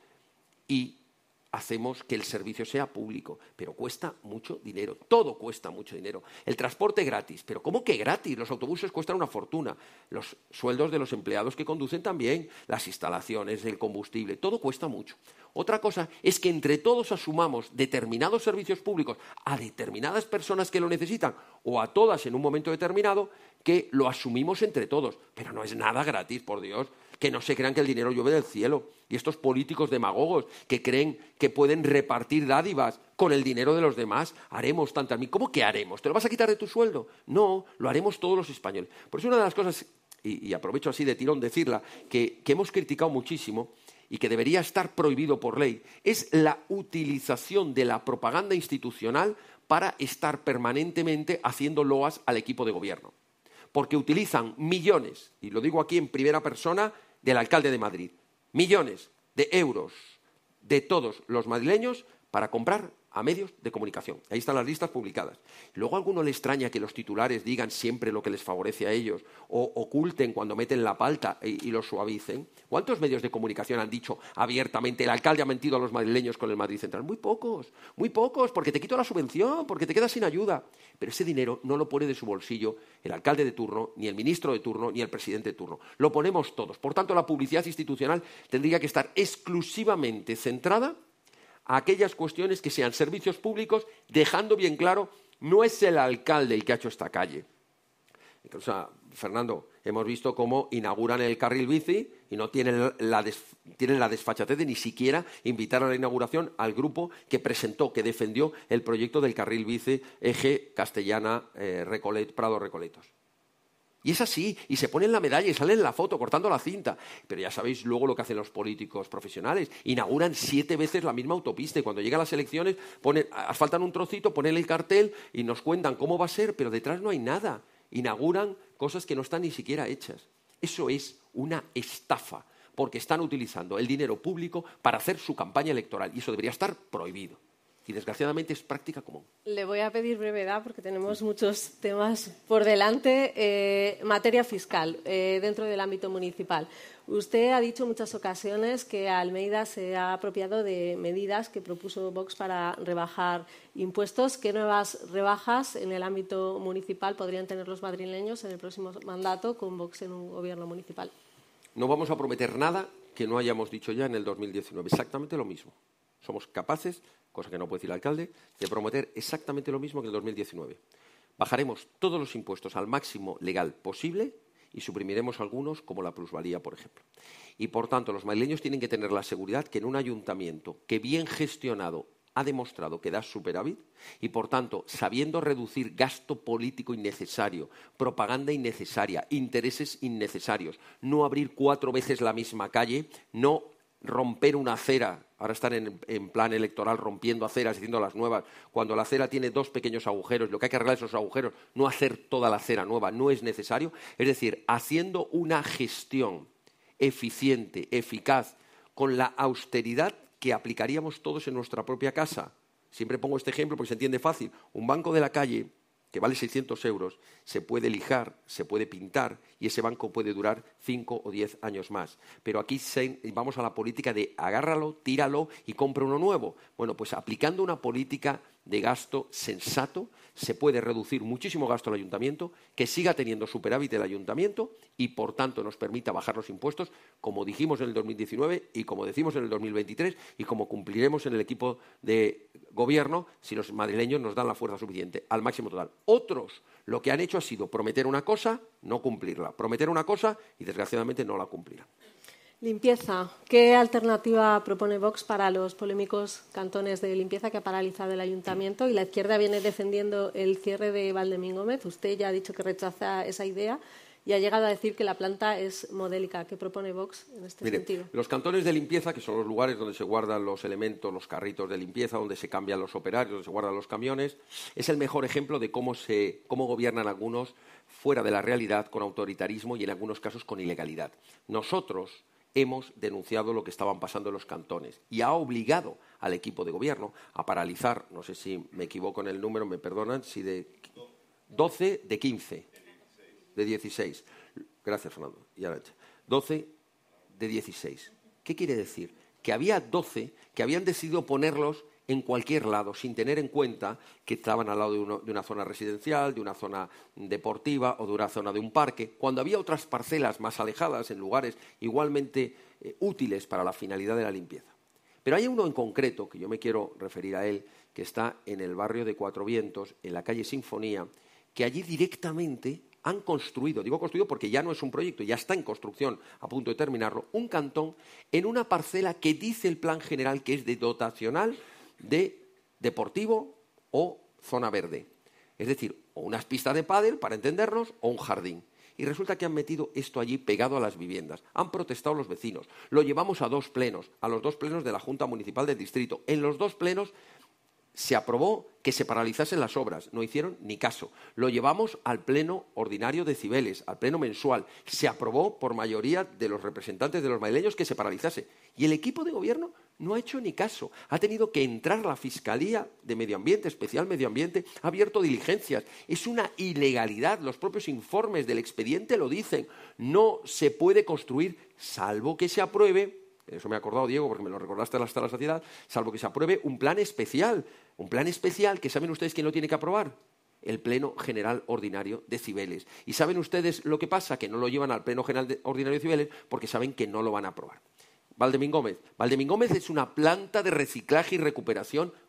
y hacemos que el servicio sea público, pero cuesta mucho dinero, todo cuesta mucho dinero. El transporte gratis, pero ¿cómo que gratis? Los autobuses cuestan una fortuna, los sueldos de los empleados que conducen también, las instalaciones, el combustible, todo cuesta mucho. Otra cosa es que entre todos asumamos determinados servicios públicos a determinadas personas que lo necesitan o a todas en un momento determinado, que lo asumimos entre todos, pero no es nada gratis, por Dios. Que no se crean que el dinero llueve del cielo. Y estos políticos demagogos que creen que pueden repartir dádivas con el dinero de los demás, haremos tanta... ¿Cómo que haremos? ¿Te lo vas a quitar de tu sueldo? No, lo haremos todos los españoles. Por eso una de las cosas, y, y aprovecho así de tirón decirla, que, que hemos criticado muchísimo y que debería estar prohibido por ley, es la utilización de la propaganda institucional para estar permanentemente haciendo loas al equipo de gobierno. Porque utilizan millones, y lo digo aquí en primera persona, del alcalde de Madrid, millones de euros de todos los madrileños para comprar a medios de comunicación. Ahí están las listas publicadas. Luego a alguno le extraña que los titulares digan siempre lo que les favorece a ellos o oculten cuando meten la palta y, y lo suavicen. ¿Cuántos medios de comunicación han dicho abiertamente el alcalde ha mentido a los madrileños con el Madrid Central? Muy pocos, muy pocos, porque te quito la subvención, porque te quedas sin ayuda. Pero ese dinero no lo pone de su bolsillo el alcalde de turno, ni el ministro de turno, ni el presidente de turno. Lo ponemos todos. Por tanto, la publicidad institucional tendría que estar exclusivamente centrada a aquellas cuestiones que sean servicios públicos, dejando bien claro, no es el alcalde el que ha hecho esta calle. O sea, Fernando, hemos visto cómo inauguran el carril bici y no tienen la, des, tienen la desfachatez de ni siquiera invitar a la inauguración al grupo que presentó, que defendió el proyecto del carril bici eje Castellana, eh, Recolet, Prado Recoletos. Y es así, y se ponen la medalla y salen en la foto cortando la cinta. Pero ya sabéis luego lo que hacen los políticos profesionales. Inauguran siete veces la misma autopista y cuando llegan las elecciones ponen, asfaltan un trocito, ponen el cartel y nos cuentan cómo va a ser, pero detrás no hay nada. Inauguran cosas que no están ni siquiera hechas. Eso es una estafa, porque están utilizando el dinero público para hacer su campaña electoral y eso debería estar prohibido. Y desgraciadamente es práctica común. Le voy a pedir brevedad porque tenemos muchos temas por delante. Eh, materia fiscal, eh, dentro del ámbito municipal. Usted ha dicho en muchas ocasiones que Almeida se ha apropiado de medidas que propuso Vox para rebajar impuestos. ¿Qué nuevas rebajas en el ámbito municipal podrían tener los madrileños en el próximo mandato con Vox en un gobierno municipal? No vamos a prometer nada que no hayamos dicho ya en el dos mil diecinueve. Exactamente lo mismo. Somos capaces, cosa que no puede decir el alcalde, de prometer exactamente lo mismo que en el dos mil diecinueve. Bajaremos todos los impuestos al máximo legal posible y suprimiremos algunos, como la plusvalía, por ejemplo. Y, por tanto, los madrileños tienen que tener la seguridad que en un ayuntamiento que bien gestionado ha demostrado que da superávit y, por tanto, sabiendo reducir gasto político innecesario, propaganda innecesaria, intereses innecesarios, no abrir cuatro veces la misma calle, no romper una acera, ahora están en, en plan electoral rompiendo aceras, haciendo las nuevas, cuando la acera tiene dos pequeños agujeros, lo que hay que arreglar esos agujeros, no hacer toda la acera nueva, no es necesario. Es decir, haciendo una gestión eficiente, eficaz, con la austeridad que aplicaríamos todos en nuestra propia casa. Siempre pongo este ejemplo porque se entiende fácil. Un banco de la calle que vale seiscientos euros, se puede lijar, se puede pintar y ese banco puede durar cinco o diez años más. Pero aquí se, vamos a la política de agárralo, tíralo y compra uno nuevo. Bueno, pues aplicando una política de gasto sensato se puede reducir muchísimo gasto al ayuntamiento, que siga teniendo superávit el ayuntamiento y, por tanto, nos permita bajar los impuestos, como dijimos en el dos mil diecinueve y como decimos en el dos mil veintitrés y como cumpliremos en el equipo de gobierno si los madrileños nos dan la fuerza suficiente, al máximo total. Otros lo que han hecho ha sido prometer una cosa, no cumplirla, prometer una cosa y, desgraciadamente, no la cumplirán. Limpieza. ¿Qué alternativa propone Vox para los polémicos cantones de limpieza que ha paralizado el ayuntamiento? Y la izquierda viene defendiendo el cierre de Valdemín Gómez. Usted ya ha dicho que rechaza esa idea y ha llegado a decir que la planta es modélica. ¿Qué propone Vox en este Mire, sentido? Los cantones de limpieza, que son los lugares donde se guardan los elementos, los carritos de limpieza, donde se cambian los operarios, donde se guardan los camiones, es el mejor ejemplo de cómo, se, cómo gobiernan algunos fuera de la realidad, con autoritarismo y en algunos casos con ilegalidad. Nosotros hemos denunciado lo que estaban pasando en los cantones y ha obligado al equipo de gobierno a paralizar, no sé si me equivoco en el número, me perdonan, si de doce, de quince, de dieciséis. Gracias, Fernando. Y ahora, doce de dieciséis. ¿Qué quiere decir? Que había doce que habían decidido ponerlos en cualquier lado, sin tener en cuenta que estaban al lado de, uno, de una zona residencial, de una zona deportiva o de una zona de un parque, cuando había otras parcelas más alejadas, en lugares igualmente eh, útiles para la finalidad de la limpieza. Pero hay uno en concreto, que yo me quiero referir a él, que está en el barrio de Cuatro Vientos, en la calle Sinfonía, que allí directamente han construido, digo construido porque ya no es un proyecto, ya está en construcción, a punto de terminarlo, un cantón en una parcela que dice el plan general que es de dotacional de deportivo o zona verde. Es decir, o unas pistas de pádel, para entendernos, o un jardín. Y resulta que han metido esto allí pegado a las viviendas. Han protestado los vecinos. Lo llevamos a dos plenos, a los dos plenos de la Junta Municipal del Distrito. En los dos plenos se aprobó que se paralizasen las obras. No hicieron ni caso. Lo llevamos al pleno ordinario de Cibeles, al pleno mensual. Se aprobó por mayoría de los representantes de los madrileños que se paralizase. Y el equipo de gobierno no ha hecho ni caso. Ha tenido que entrar la Fiscalía de Medio Ambiente, Especial Medio Ambiente, ha abierto diligencias. Es una ilegalidad. Los propios informes del expediente lo dicen. No se puede construir, salvo que se apruebe, eso me ha acordado, Diego, porque me lo recordaste hasta la saciedad, salvo que se apruebe un plan especial. Un plan especial que ¿saben ustedes quién lo tiene que aprobar? El Pleno General Ordinario de Cibeles. ¿Y saben ustedes lo que pasa? Que no lo llevan al Pleno General Ordinario de Cibeles porque saben que no lo van a aprobar. Valdemín Gómez. Valdemín Gómez es una planta de reciclaje y recuperación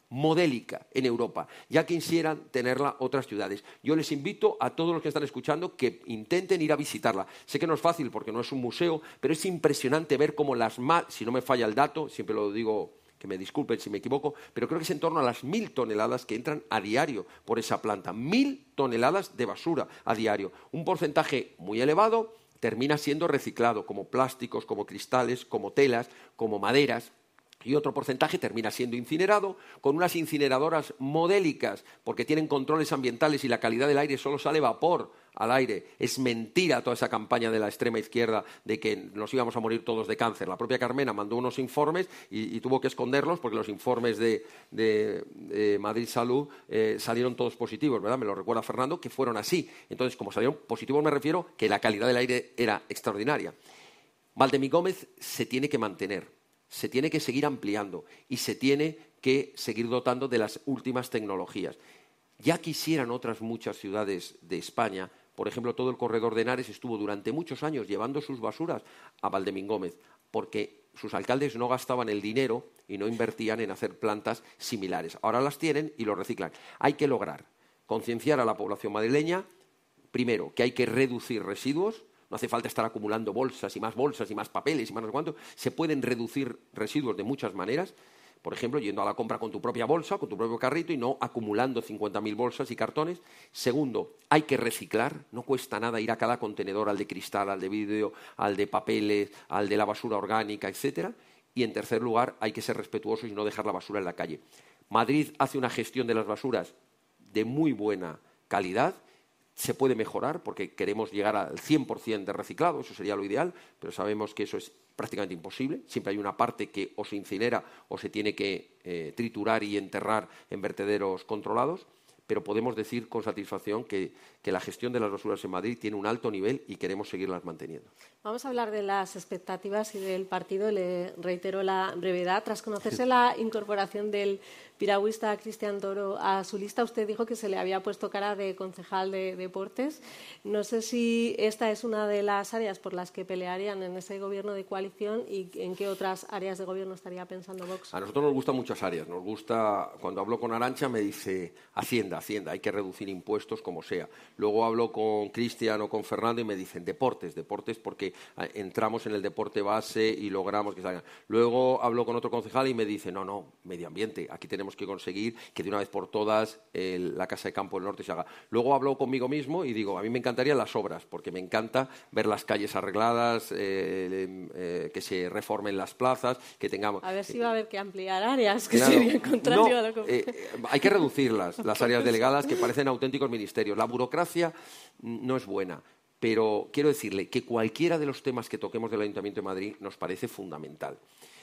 modélica en Europa. Ya quisieran tenerla otras ciudades. Yo les invito a todos los que están escuchando que intenten ir a visitarla. Sé que no es fácil porque no es un museo, pero es impresionante ver cómo las más, si no me falla el dato, siempre lo digo, que me disculpen si me equivoco, pero creo que es en torno a las mil toneladas que entran a diario por esa planta. Mil toneladas de basura a diario. Un porcentaje muy elevado termina siendo reciclado, como plásticos, como cristales, como telas, como maderas. Y otro porcentaje termina siendo incinerado con unas incineradoras modélicas porque tienen controles ambientales y la calidad del aire solo sale vapor al aire. Es mentira toda esa campaña de la extrema izquierda de que nos íbamos a morir todos de cáncer. La propia Carmena mandó unos informes y, y tuvo que esconderlos porque los informes de, de, de Madrid Salud eh, salieron todos positivos, ¿verdad? Me lo recuerda Fernando, que fueron así. Entonces, como salieron positivos me refiero que la calidad del aire era extraordinaria. Valdemingómez se tiene que mantener. Se tiene que seguir ampliando y se tiene que seguir dotando de las últimas tecnologías. Ya quisieran otras muchas ciudades de España, por ejemplo, todo el corredor de Henares estuvo durante muchos años llevando sus basuras a Valdemingómez, porque sus alcaldes no gastaban el dinero y no invertían en hacer plantas similares. Ahora las tienen y lo reciclan. Hay que lograr concienciar a la población madrileña, primero, que hay que reducir residuos. No hace falta estar acumulando bolsas y más bolsas y más papeles y más no sé cuánto. Se pueden reducir residuos de muchas maneras. Por ejemplo, yendo a la compra con tu propia bolsa, con tu propio carrito y no acumulando cincuenta mil bolsas y cartones. Segundo, hay que reciclar. No cuesta nada ir a cada contenedor, al de cristal, al de vidrio, al de papeles, al de la basura orgánica, etcétera. Y en tercer lugar, hay que ser respetuosos y no dejar la basura en la calle. Madrid hace una gestión de las basuras de muy buena calidad. Se puede mejorar porque queremos llegar al cien por cien de reciclado, eso sería lo ideal, pero sabemos que eso es prácticamente imposible. Siempre hay una parte que o se incinera o se tiene que eh, triturar y enterrar en vertederos controlados, pero podemos decir con satisfacción que, que la gestión de las basuras en Madrid tiene un alto nivel y queremos seguirlas manteniendo. Vamos a hablar de las expectativas y del partido. Le reitero la brevedad. Tras conocerse la incorporación del piragüista Cristian Toro a su lista, usted dijo que se le había puesto cara de concejal de deportes. No sé si esta es una de las áreas por las que pelearían en ese gobierno de coalición y en qué otras áreas de gobierno estaría pensando Vox. A nosotros nos gustan muchas áreas. Nos gusta, cuando hablo con Arantxa me dice Hacienda, Hacienda, hay que reducir impuestos como sea. Luego hablo con Cristian o con Fernando y me dicen deportes, deportes porque entramos en el deporte base y logramos que salgan. Luego hablo con otro concejal y me dice no, no, medio ambiente, aquí tenemos que conseguir que de una vez por todas el, la Casa de Campo del Norte se haga. Luego hablo conmigo mismo y digo, a mí me encantarían las obras, porque me encanta ver las calles arregladas, eh, eh, que se reformen las plazas, que tengamos... A ver si va a haber que ampliar áreas, que claro, sería contrario no, a lo que... Eh, hay que reducirlas, las áreas delegadas, que parecen auténticos ministerios. La burocracia no es buena. Pero quiero decirle que cualquiera de los temas que toquemos del Ayuntamiento de Madrid nos parece fundamental.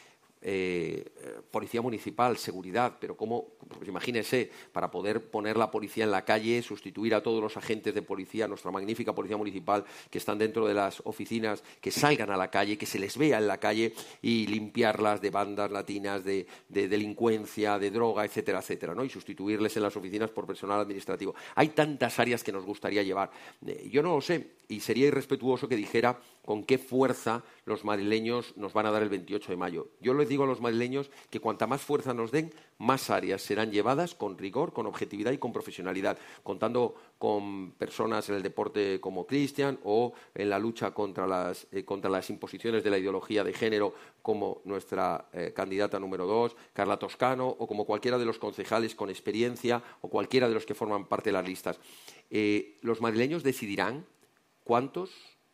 Eh, policía municipal, seguridad, pero cómo, pues imagínese, para poder poner la policía en la calle, sustituir a todos los agentes de policía, nuestra magnífica policía municipal que están dentro de las oficinas, que salgan a la calle, que se les vea en la calle y limpiarlas de bandas latinas, de, de delincuencia, de droga, etcétera, etcétera, ¿no? Y sustituirles en las oficinas por personal administrativo. Hay tantas áreas que nos gustaría llevar. Eh, yo no lo sé y sería irrespetuoso que dijera con qué fuerza los madrileños nos van a dar el veintiocho de mayo. Yo les digo a los madrileños que cuanta más fuerza nos den, más áreas serán llevadas con rigor, con objetividad y con profesionalidad, contando con personas en el deporte como Cristian o en la lucha contra las, eh, contra las imposiciones de la ideología de género como nuestra eh, candidata número dos, Carla Toscano, o como cualquiera de los concejales con experiencia o cualquiera de los que forman parte de las listas. Eh, los madrileños decidirán cuántos...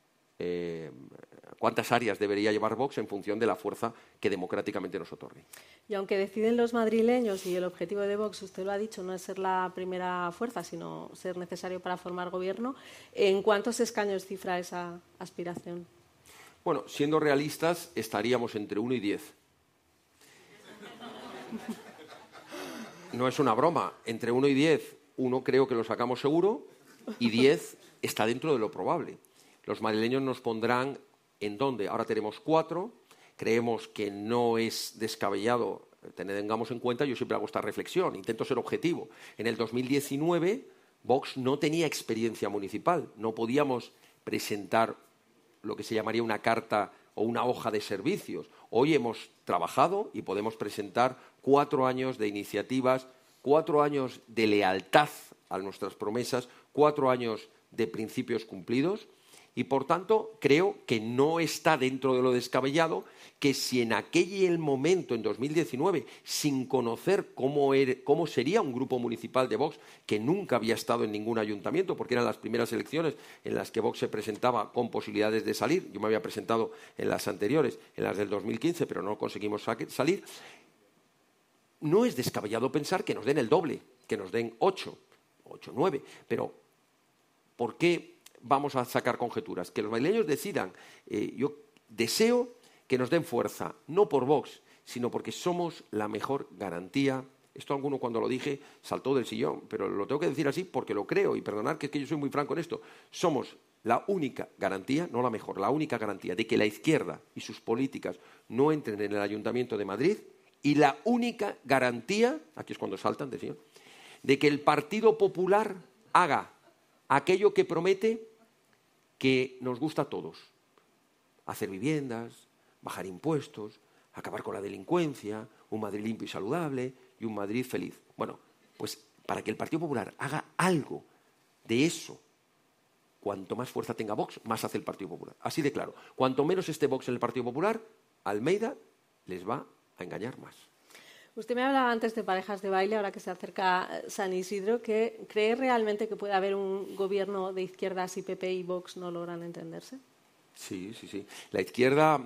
Eh, cuántas áreas debería llevar Vox en función de la fuerza que democráticamente nos otorgue. Y aunque deciden los madrileños y el objetivo de Vox, usted lo ha dicho, no es ser la primera fuerza, sino ser necesario para formar gobierno, ¿en cuántos escaños cifra esa aspiración? Bueno, siendo realistas, estaríamos entre uno y diez. No es una broma. Entre uno y diez, uno creo que lo sacamos seguro y diez está dentro de lo probable. Los madrileños nos pondrán en dónde. Ahora tenemos cuatro. Creemos que no es descabellado, tengamos en cuenta, yo siempre hago esta reflexión, intento ser objetivo. En el dos mil diecinueve, Vox no tenía experiencia municipal. No podíamos presentar lo que se llamaría una carta o una hoja de servicios. Hoy hemos trabajado y podemos presentar cuatro años de iniciativas, cuatro años de lealtad a nuestras promesas, cuatro años de principios cumplidos y, por tanto, creo que no está dentro de lo descabellado que si en aquel momento, en dos mil diecinueve, sin conocer cómo, era, cómo sería un grupo municipal de Vox, que nunca había estado en ningún ayuntamiento, porque eran las primeras elecciones en las que Vox se presentaba con posibilidades de salir, yo me había presentado en las anteriores, en las del dos mil quince, pero no conseguimos salir, no es descabellado pensar que nos den el doble, que nos den ocho, ocho, nueve, pero ¿por qué vamos a sacar conjeturas? Que los madrileños decidan. Eh, yo deseo que nos den fuerza, no por Vox, sino porque somos la mejor garantía. Esto alguno cuando lo dije saltó del sillón, pero lo tengo que decir así porque lo creo, y perdonad que es que yo soy muy franco en esto. Somos la única garantía, no la mejor, la única garantía de que la izquierda y sus políticas no entren en el Ayuntamiento de Madrid, y la única garantía, aquí es cuando saltan del sillón, de que el Partido Popular haga aquello que promete, que nos gusta a todos: hacer viviendas, bajar impuestos, acabar con la delincuencia, un Madrid limpio y saludable y un Madrid feliz. Bueno, pues para que el Partido Popular haga algo de eso, cuanto más fuerza tenga Vox, más hace el Partido Popular. Así de claro. Cuanto menos esté Vox en el Partido Popular, Almeida les va a engañar más. Usted me hablaba antes de parejas de baile, ahora que se acerca San Isidro, que ¿cree realmente que puede haber un gobierno de izquierdas si P P y Vox no logran entenderse? Sí, sí, sí. La izquierda,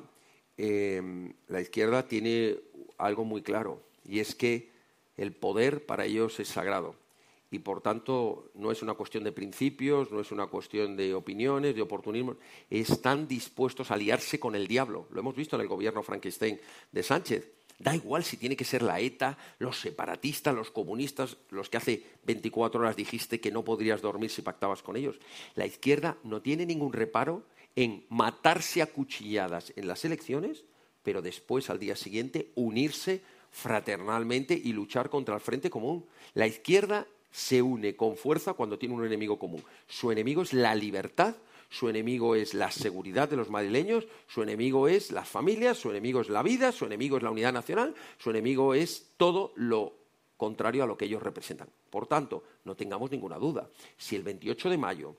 eh, la izquierda tiene algo muy claro, y es que el poder para ellos es sagrado. Y, por tanto, no es una cuestión de principios, no es una cuestión de opiniones, de oportunismo. Están dispuestos a aliarse con el diablo. Lo hemos visto en el gobierno Frankenstein de Sánchez. Da igual si tiene que ser la ETA, los separatistas, los comunistas, los que hace veinticuatro horas dijiste que no podrías dormir si pactabas con ellos. La izquierda no tiene ningún reparo en matarse a cuchilladas en las elecciones, pero después, al día siguiente, unirse fraternalmente y luchar contra el Frente Común. La izquierda se une con fuerza cuando tiene un enemigo común. Su enemigo es la libertad, su enemigo es la seguridad de los madrileños, su enemigo es las familias, su enemigo es la vida, su enemigo es la unidad nacional, su enemigo es todo lo contrario a lo que ellos representan. Por tanto, no tengamos ninguna duda. Si el veintiocho de mayo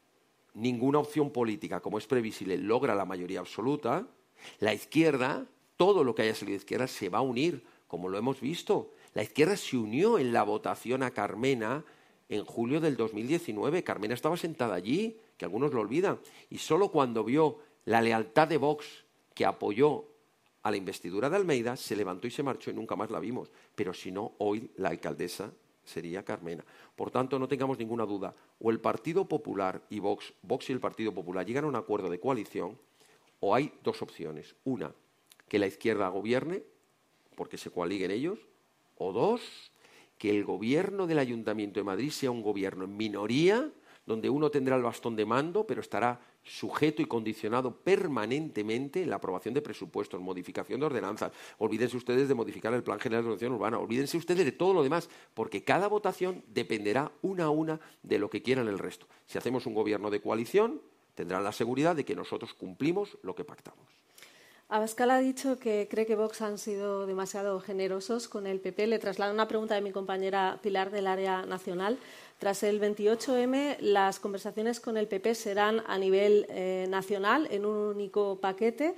ninguna opción política, como es previsible, logra la mayoría absoluta, la izquierda, todo lo que haya salido de izquierda, se va a unir, como lo hemos visto. La izquierda se unió en la votación a Carmena en julio del dos mil diecinueve. Carmena estaba sentada allí, que algunos lo olvidan, y solo cuando vio la lealtad de Vox, que apoyó a la investidura de Almeida, se levantó y se marchó y nunca más la vimos. Pero si no, hoy la alcaldesa sería Carmena. Por tanto, no tengamos ninguna duda. O el Partido Popular y Vox, Vox y el Partido Popular llegan a un acuerdo de coalición, o hay dos opciones. Una, que la izquierda gobierne, porque se coaliguen ellos, o dos, que el gobierno del Ayuntamiento de Madrid sea un gobierno en minoría, donde uno tendrá el bastón de mando, pero estará sujeto y condicionado permanentemente en la aprobación de presupuestos, modificación de ordenanzas. Olvídense ustedes de modificar el Plan General de Ordenación Urbana, olvídense ustedes de todo lo demás, porque cada votación dependerá una a una de lo que quieran el resto. Si hacemos un gobierno de coalición, tendrán la seguridad de que nosotros cumplimos lo que pactamos. Abascal ha dicho que cree que Vox han sido demasiado generosos con el P P. Le traslado una pregunta de mi compañera Pilar del Área Nacional. Tras el veintiocho eme, las conversaciones con el P P serán a nivel eh, nacional, en un único paquete,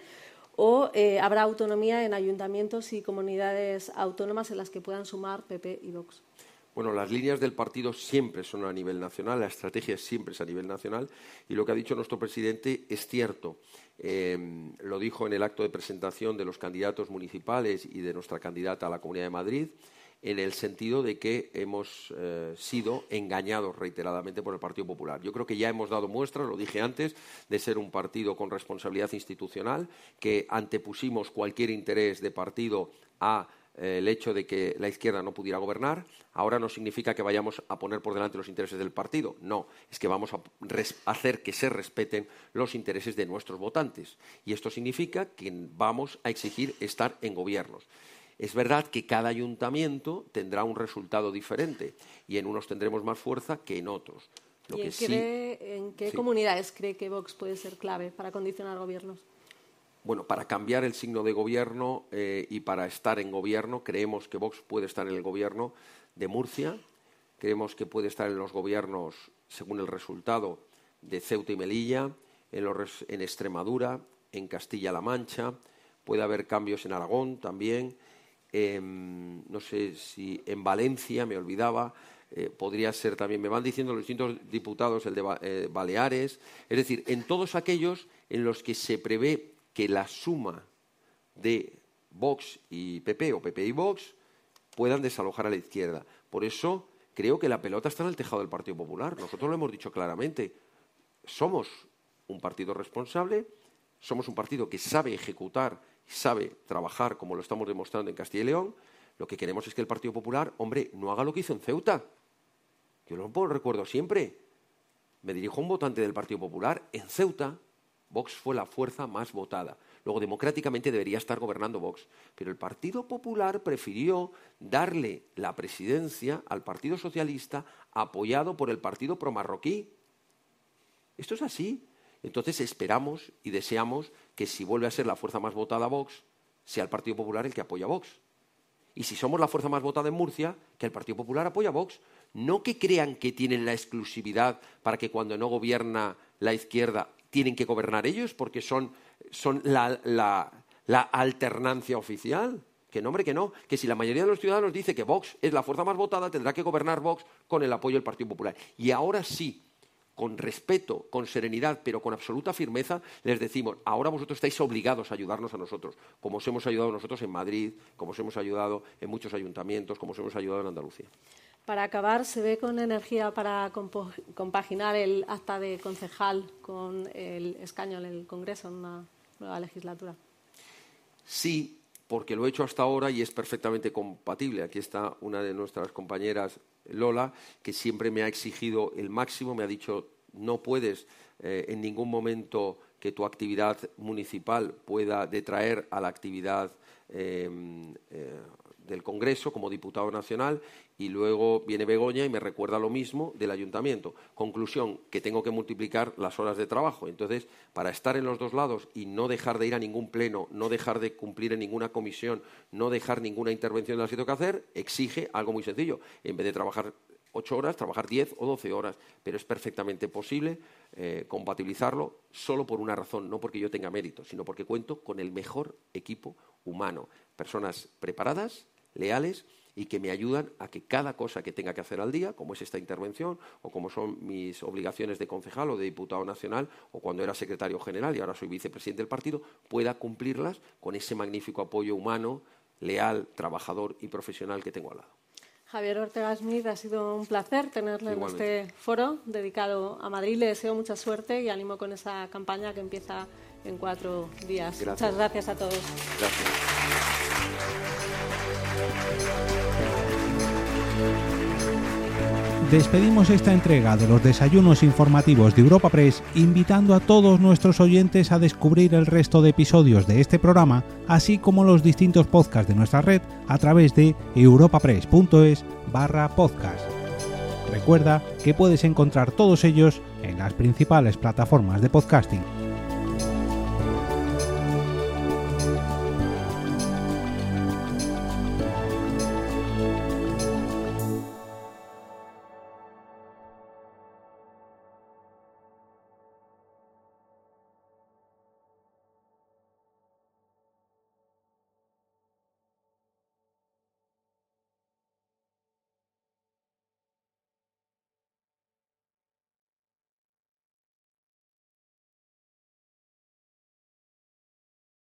o eh, habrá autonomía en ayuntamientos y comunidades autónomas en las que puedan sumar P P y Vox. Bueno, las líneas del partido siempre son a nivel nacional, la estrategia siempre es a nivel nacional, y lo que ha dicho nuestro presidente es cierto. Eh, lo dijo en el acto de presentación de los candidatos municipales y de nuestra candidata a la Comunidad de Madrid, en el sentido de que hemos eh, sido engañados reiteradamente por el Partido Popular. Yo creo que ya hemos dado muestras, lo dije antes, de ser un partido con responsabilidad institucional, que antepusimos cualquier interés de partido a el hecho de que la izquierda no pudiera gobernar. Ahora no significa que vayamos a poner por delante los intereses del partido, no, es que vamos a hacer que se respeten los intereses de nuestros votantes, y esto significa que vamos a exigir estar en gobiernos. Es verdad que cada ayuntamiento tendrá un resultado diferente y en unos tendremos más fuerza que en otros. Lo ¿Y que en, sí, cree, en qué sí. comunidades cree que Vox puede ser clave para condicionar gobiernos? bueno, para cambiar el signo de gobierno eh, y para estar en gobierno, creemos que Vox puede estar en el gobierno de Murcia, creemos que puede estar en los gobiernos, según el resultado, de Ceuta y Melilla, en, los, en Extremadura, en Castilla-La Mancha, puede haber cambios en Aragón también, eh, no sé si en Valencia, me olvidaba, eh, podría ser también, me van diciendo los distintos diputados, el de eh, Baleares, es decir, en todos aquellos en los que se prevé que la suma de Vox y P P o P P y Vox puedan desalojar a la izquierda. Por eso creo que la pelota está en el tejado del Partido Popular. Nosotros lo hemos dicho claramente. Somos un partido responsable, somos un partido que sabe ejecutar, sabe trabajar como lo estamos demostrando en Castilla y León. Lo que queremos es que el Partido Popular, hombre, no haga lo que hizo en Ceuta. Yo lo recuerdo siempre. Me dirijo a un votante del Partido Popular. En Ceuta, Vox fue la fuerza más votada. Luego, democráticamente debería estar gobernando Vox. Pero el Partido Popular prefirió darle la presidencia al Partido Socialista apoyado por el Partido Promarroquí. Esto es así. Entonces esperamos y deseamos que si vuelve a ser la fuerza más votada Vox, sea el Partido Popular el que apoya a Vox. Y si somos la fuerza más votada en Murcia, que el Partido Popular apoya a Vox. No que crean que tienen la exclusividad para que cuando no gobierna la izquierda tienen que gobernar ellos porque son, son la, la, la alternancia oficial. Que no, hombre, que no. Que si la mayoría de los ciudadanos dice que Vox es la fuerza más votada, tendrá que gobernar Vox con el apoyo del Partido Popular. Y ahora sí, con respeto, con serenidad, pero con absoluta firmeza, les decimos, ahora vosotros estáis obligados a ayudarnos a nosotros, como os hemos ayudado nosotros en Madrid, como os hemos ayudado en muchos ayuntamientos, como os hemos ayudado en Andalucía. Para acabar, ¿se ve con energía para compaginar el acta de concejal con el escaño en el Congreso en una nueva legislatura? Sí, porque lo he hecho hasta ahora y es perfectamente compatible. Aquí está una de nuestras compañeras, Lola, que siempre me ha exigido el máximo, me ha dicho no puedes eh, en ningún momento que tu actividad municipal pueda detraer a la actividad eh, eh, del Congreso como diputado nacional, y luego viene Begoña y me recuerda lo mismo del ayuntamiento. Conclusión, que tengo que multiplicar las horas de trabajo. Entonces, para estar en los dos lados y no dejar de ir a ningún pleno, no dejar de cumplir en ninguna comisión, no dejar ninguna intervención de las que tengo que hacer, exige algo muy sencillo. En vez de trabajar ocho horas, trabajar diez o doce horas. Pero es perfectamente posible eh, compatibilizarlo solo por una razón, no porque yo tenga mérito, sino porque cuento con el mejor equipo humano. Personas preparadas, leales y que me ayudan a que cada cosa que tenga que hacer al día, como es esta intervención o como son mis obligaciones de concejal o de diputado nacional o cuando era secretario general y ahora soy vicepresidente del partido, pueda cumplirlas con ese magnífico apoyo humano, leal, trabajador y profesional que tengo al lado. Javier Ortega Smith, ha sido un placer tenerle Igualmente. en este foro dedicado a Madrid. Le deseo mucha suerte y ánimo con esa campaña que empieza en cuatro días. Gracias. Muchas gracias a todos. Gracias. Despedimos esta entrega de los desayunos informativos de Europa Press, invitando a todos nuestros oyentes a descubrir el resto de episodios de este programa, así como los distintos podcasts de nuestra red a través de europapress.es barra podcast. Recuerda que puedes encontrar todos ellos en las principales plataformas de podcasting.